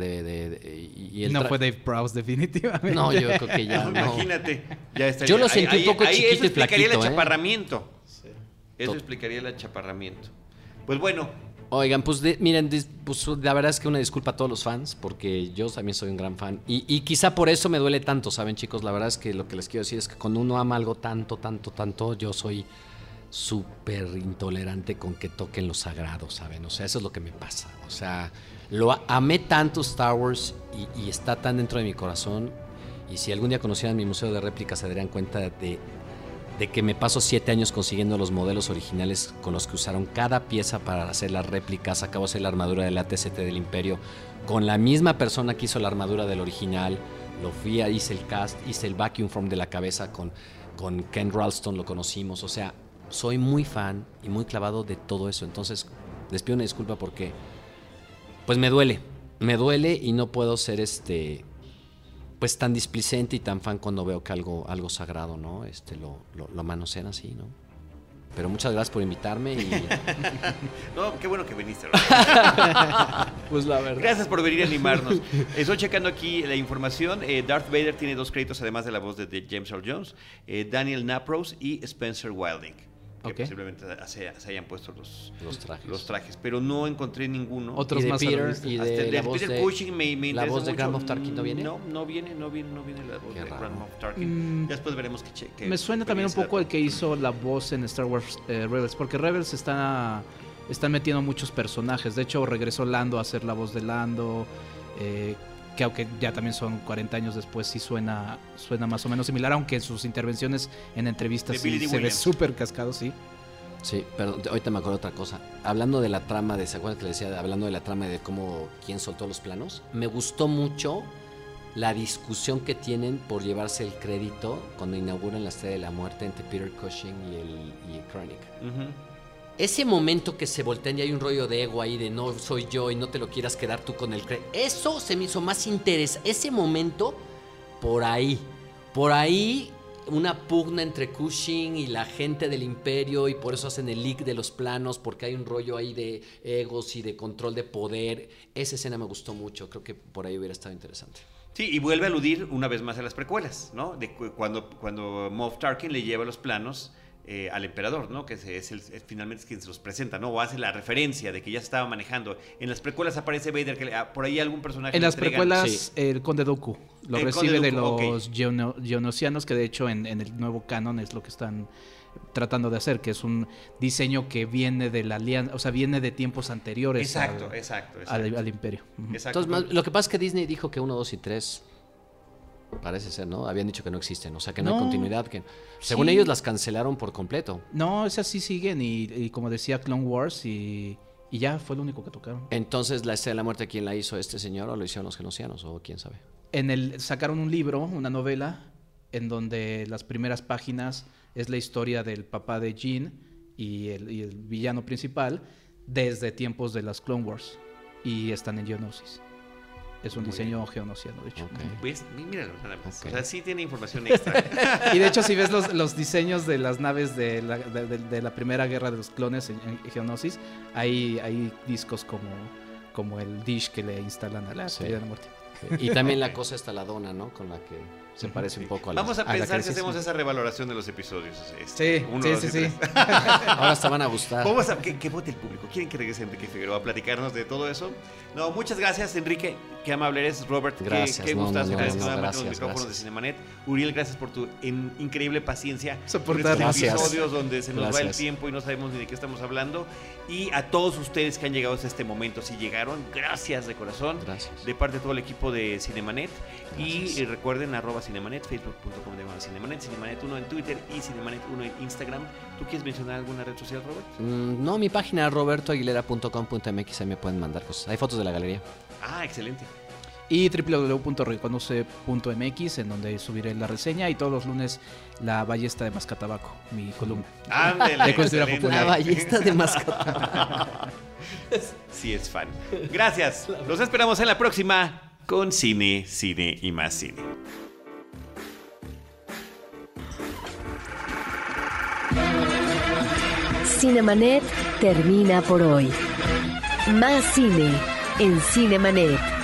y el No fue Dave Prowse, definitivamente. No, yo creo que ya no. Imagínate. Ya estaría. Yo lo sentí un poco chiquito eso y explicaría flaquito, el ¿eh? achaparramiento. Eso explicaría el achaparramiento. Pues bueno, Oigan, pues miren, pues, la verdad es que una disculpa a todos los fans, porque yo también soy un gran fan. Y quizá por eso me duele tanto, ¿saben, chicos? La verdad es que lo que les quiero decir es que cuando uno ama algo tanto, yo soy súper intolerante con que toquen lo sagrado, ¿saben? O sea, eso es lo que me pasa. O sea, amé tanto Star Wars y está tan dentro de mi corazón. Y si algún día conocieran mi museo de réplicas se darían cuenta de que me paso 7 años consiguiendo los modelos originales con los que usaron cada pieza para hacer las réplicas. Acabo de hacer la armadura del AT-ST del Imperio con la misma persona que hizo la armadura del original. Lo fui, hice el cast, hice el vacuum form de la cabeza con Ken Ralston, lo conocimos. O sea, soy muy fan y muy clavado de todo eso. Entonces, les pido una disculpa porque pues me duele y no puedo ser pues tan displicente y tan fan cuando veo que algo sagrado, ¿no? Lo manosean así, ¿no? Pero muchas gracias por invitarme y no, qué bueno que viniste, Roberto. pues la verdad. Gracias por venir a animarnos. Estoy checando aquí la información. Darth Vader tiene 2 créditos además de la voz de James Earl Jones, Daniel Naprose y Spencer Wilding. que Ok. posiblemente se hayan puesto Los trajes. pero no encontré ninguno. Otros ¿Y de más Peter? a la vista. ¿Y Hasta de el la de voz Peter de- Cushing me la interesa voz de mucho. Grand Moff Tarkin no viene? No viene la voz Qué de raro. Grand Moff Tarkin. Mm, Después veremos que Me suena también un poco el que hizo la voz en Star Wars Rebels, porque Rebels están metiendo muchos personajes. De hecho, regresó Lando a hacer la voz de Lando, que aunque ya también son 40 años después, sí suena más o menos similar, aunque en sus intervenciones en entrevistas De Billy sí Dee se ve Williams. súper cascado, sí. Sí, pero ahorita me acuerdo otra cosa. Hablando de la trama ¿se acuerdan que le decía? Hablando de la trama de quién soltó los planos. Me gustó mucho la discusión que tienen por llevarse el crédito cuando inauguran la Estrella de la Muerte entre Peter Cushing y Krennic. Ese momento que se voltean y hay un rollo de ego ahí de no soy yo y no te lo quieras quedar tú con el crédito. Eso se me hizo más interesante. Ese momento, por ahí una pugna entre Cushing y la gente del Imperio y por eso hacen el leak de los planos, porque hay un rollo ahí de egos y de control de poder. Esa escena me gustó mucho, creo que por ahí hubiera estado interesante. Sí, y vuelve a aludir una vez más a las precuelas, ¿no? De cuando Moff Tarkin le lleva los planos al emperador, ¿no? Que finalmente es quien se los presenta, ¿no? O hace la referencia de que ya se estaba manejando. En las precuelas aparece Vader, que por ahí algún personaje En le las entregan. precuelas, Sí. el Conde Dooku lo El recibe Conde de Dooku, los Geonosianos, que de hecho en el nuevo canon es lo que están tratando de hacer, que es un diseño que viene de la alianza, o sea, viene de tiempos anteriores Exacto. al Imperio. Ujú. Exacto. Entonces, lo que pasa es que Disney dijo que 1, 2 y 3 parece ser, ¿no? Habían dicho que no existen, o sea, que no hay No. continuidad, que según Sí. ellos las cancelaron por completo. No, esas sí siguen y como decía Clone Wars y ya fue lo único que tocaron. Entonces, la Estrella de la Muerte, ¿quién la hizo? ¿Este señor o lo hicieron los genosianos o quién sabe? Sacaron un libro, una novela, en donde las primeras páginas es la historia del papá de Jean y el villano principal desde tiempos de las Clone Wars y están en Geonosis. Es un Muy diseño geonosiano, de hecho. Ok. ¿Ves? Míralo, nada más. Ok. O sea, sí tiene información extra. Y de hecho, si ves los diseños de las naves de la primera guerra de los clones en Geonosis, hay discos como el dish que le instalan a la Sí. Estrella de la Muerte. Y también la cosa está la dona, ¿no? Con la que se parece un poco a la... Vamos a la pensar si crisis, hacemos sí. esa revaloración de los episodios. Sí, Uno, sí, dos sí, y sí. tres. Ahora hasta van a gustar. Que vote el público. ¿Quieren que regrese Enrique Figueroa a platicarnos de todo eso? No, muchas gracias, Enrique. Qué amable eres, Robert. Gracias, Qué no, gustazo no, que no, estés no, nuevamente en los gracias, micrófonos gracias. de Cinemanet. Uriel, gracias por tu increíble paciencia. Soportar. En estos Gracias. episodios donde se nos va el Gracias. tiempo y no sabemos ni de qué estamos hablando. Y a todos ustedes que han llegado hasta este momento, si llegaron, gracias de corazón. Gracias. De parte de todo el equipo de Cinemanet. Gracias. Y recuerden @Cinemanet, facebook.com/Cinemanet, Cinemanet1 en Twitter y Cinemanet1 en Instagram. ¿Tú quieres mencionar alguna red social, Robert? No, mi página robertoaguilera.com.mx, ahí me pueden mandar cosas. Hay fotos de la galería. Ah, excelente. Y www.reconoce.mx, en donde subiré la reseña, y todos los lunes la ballesta de Mascatabaco, mi columna. Ándele, De cultura excelente. popular. La ballesta de mascota. Sí es fan. Gracias. Los esperamos en la próxima con Cine, Cine y más Cine. Cinemanet termina por hoy. Más cine en Cinemanet.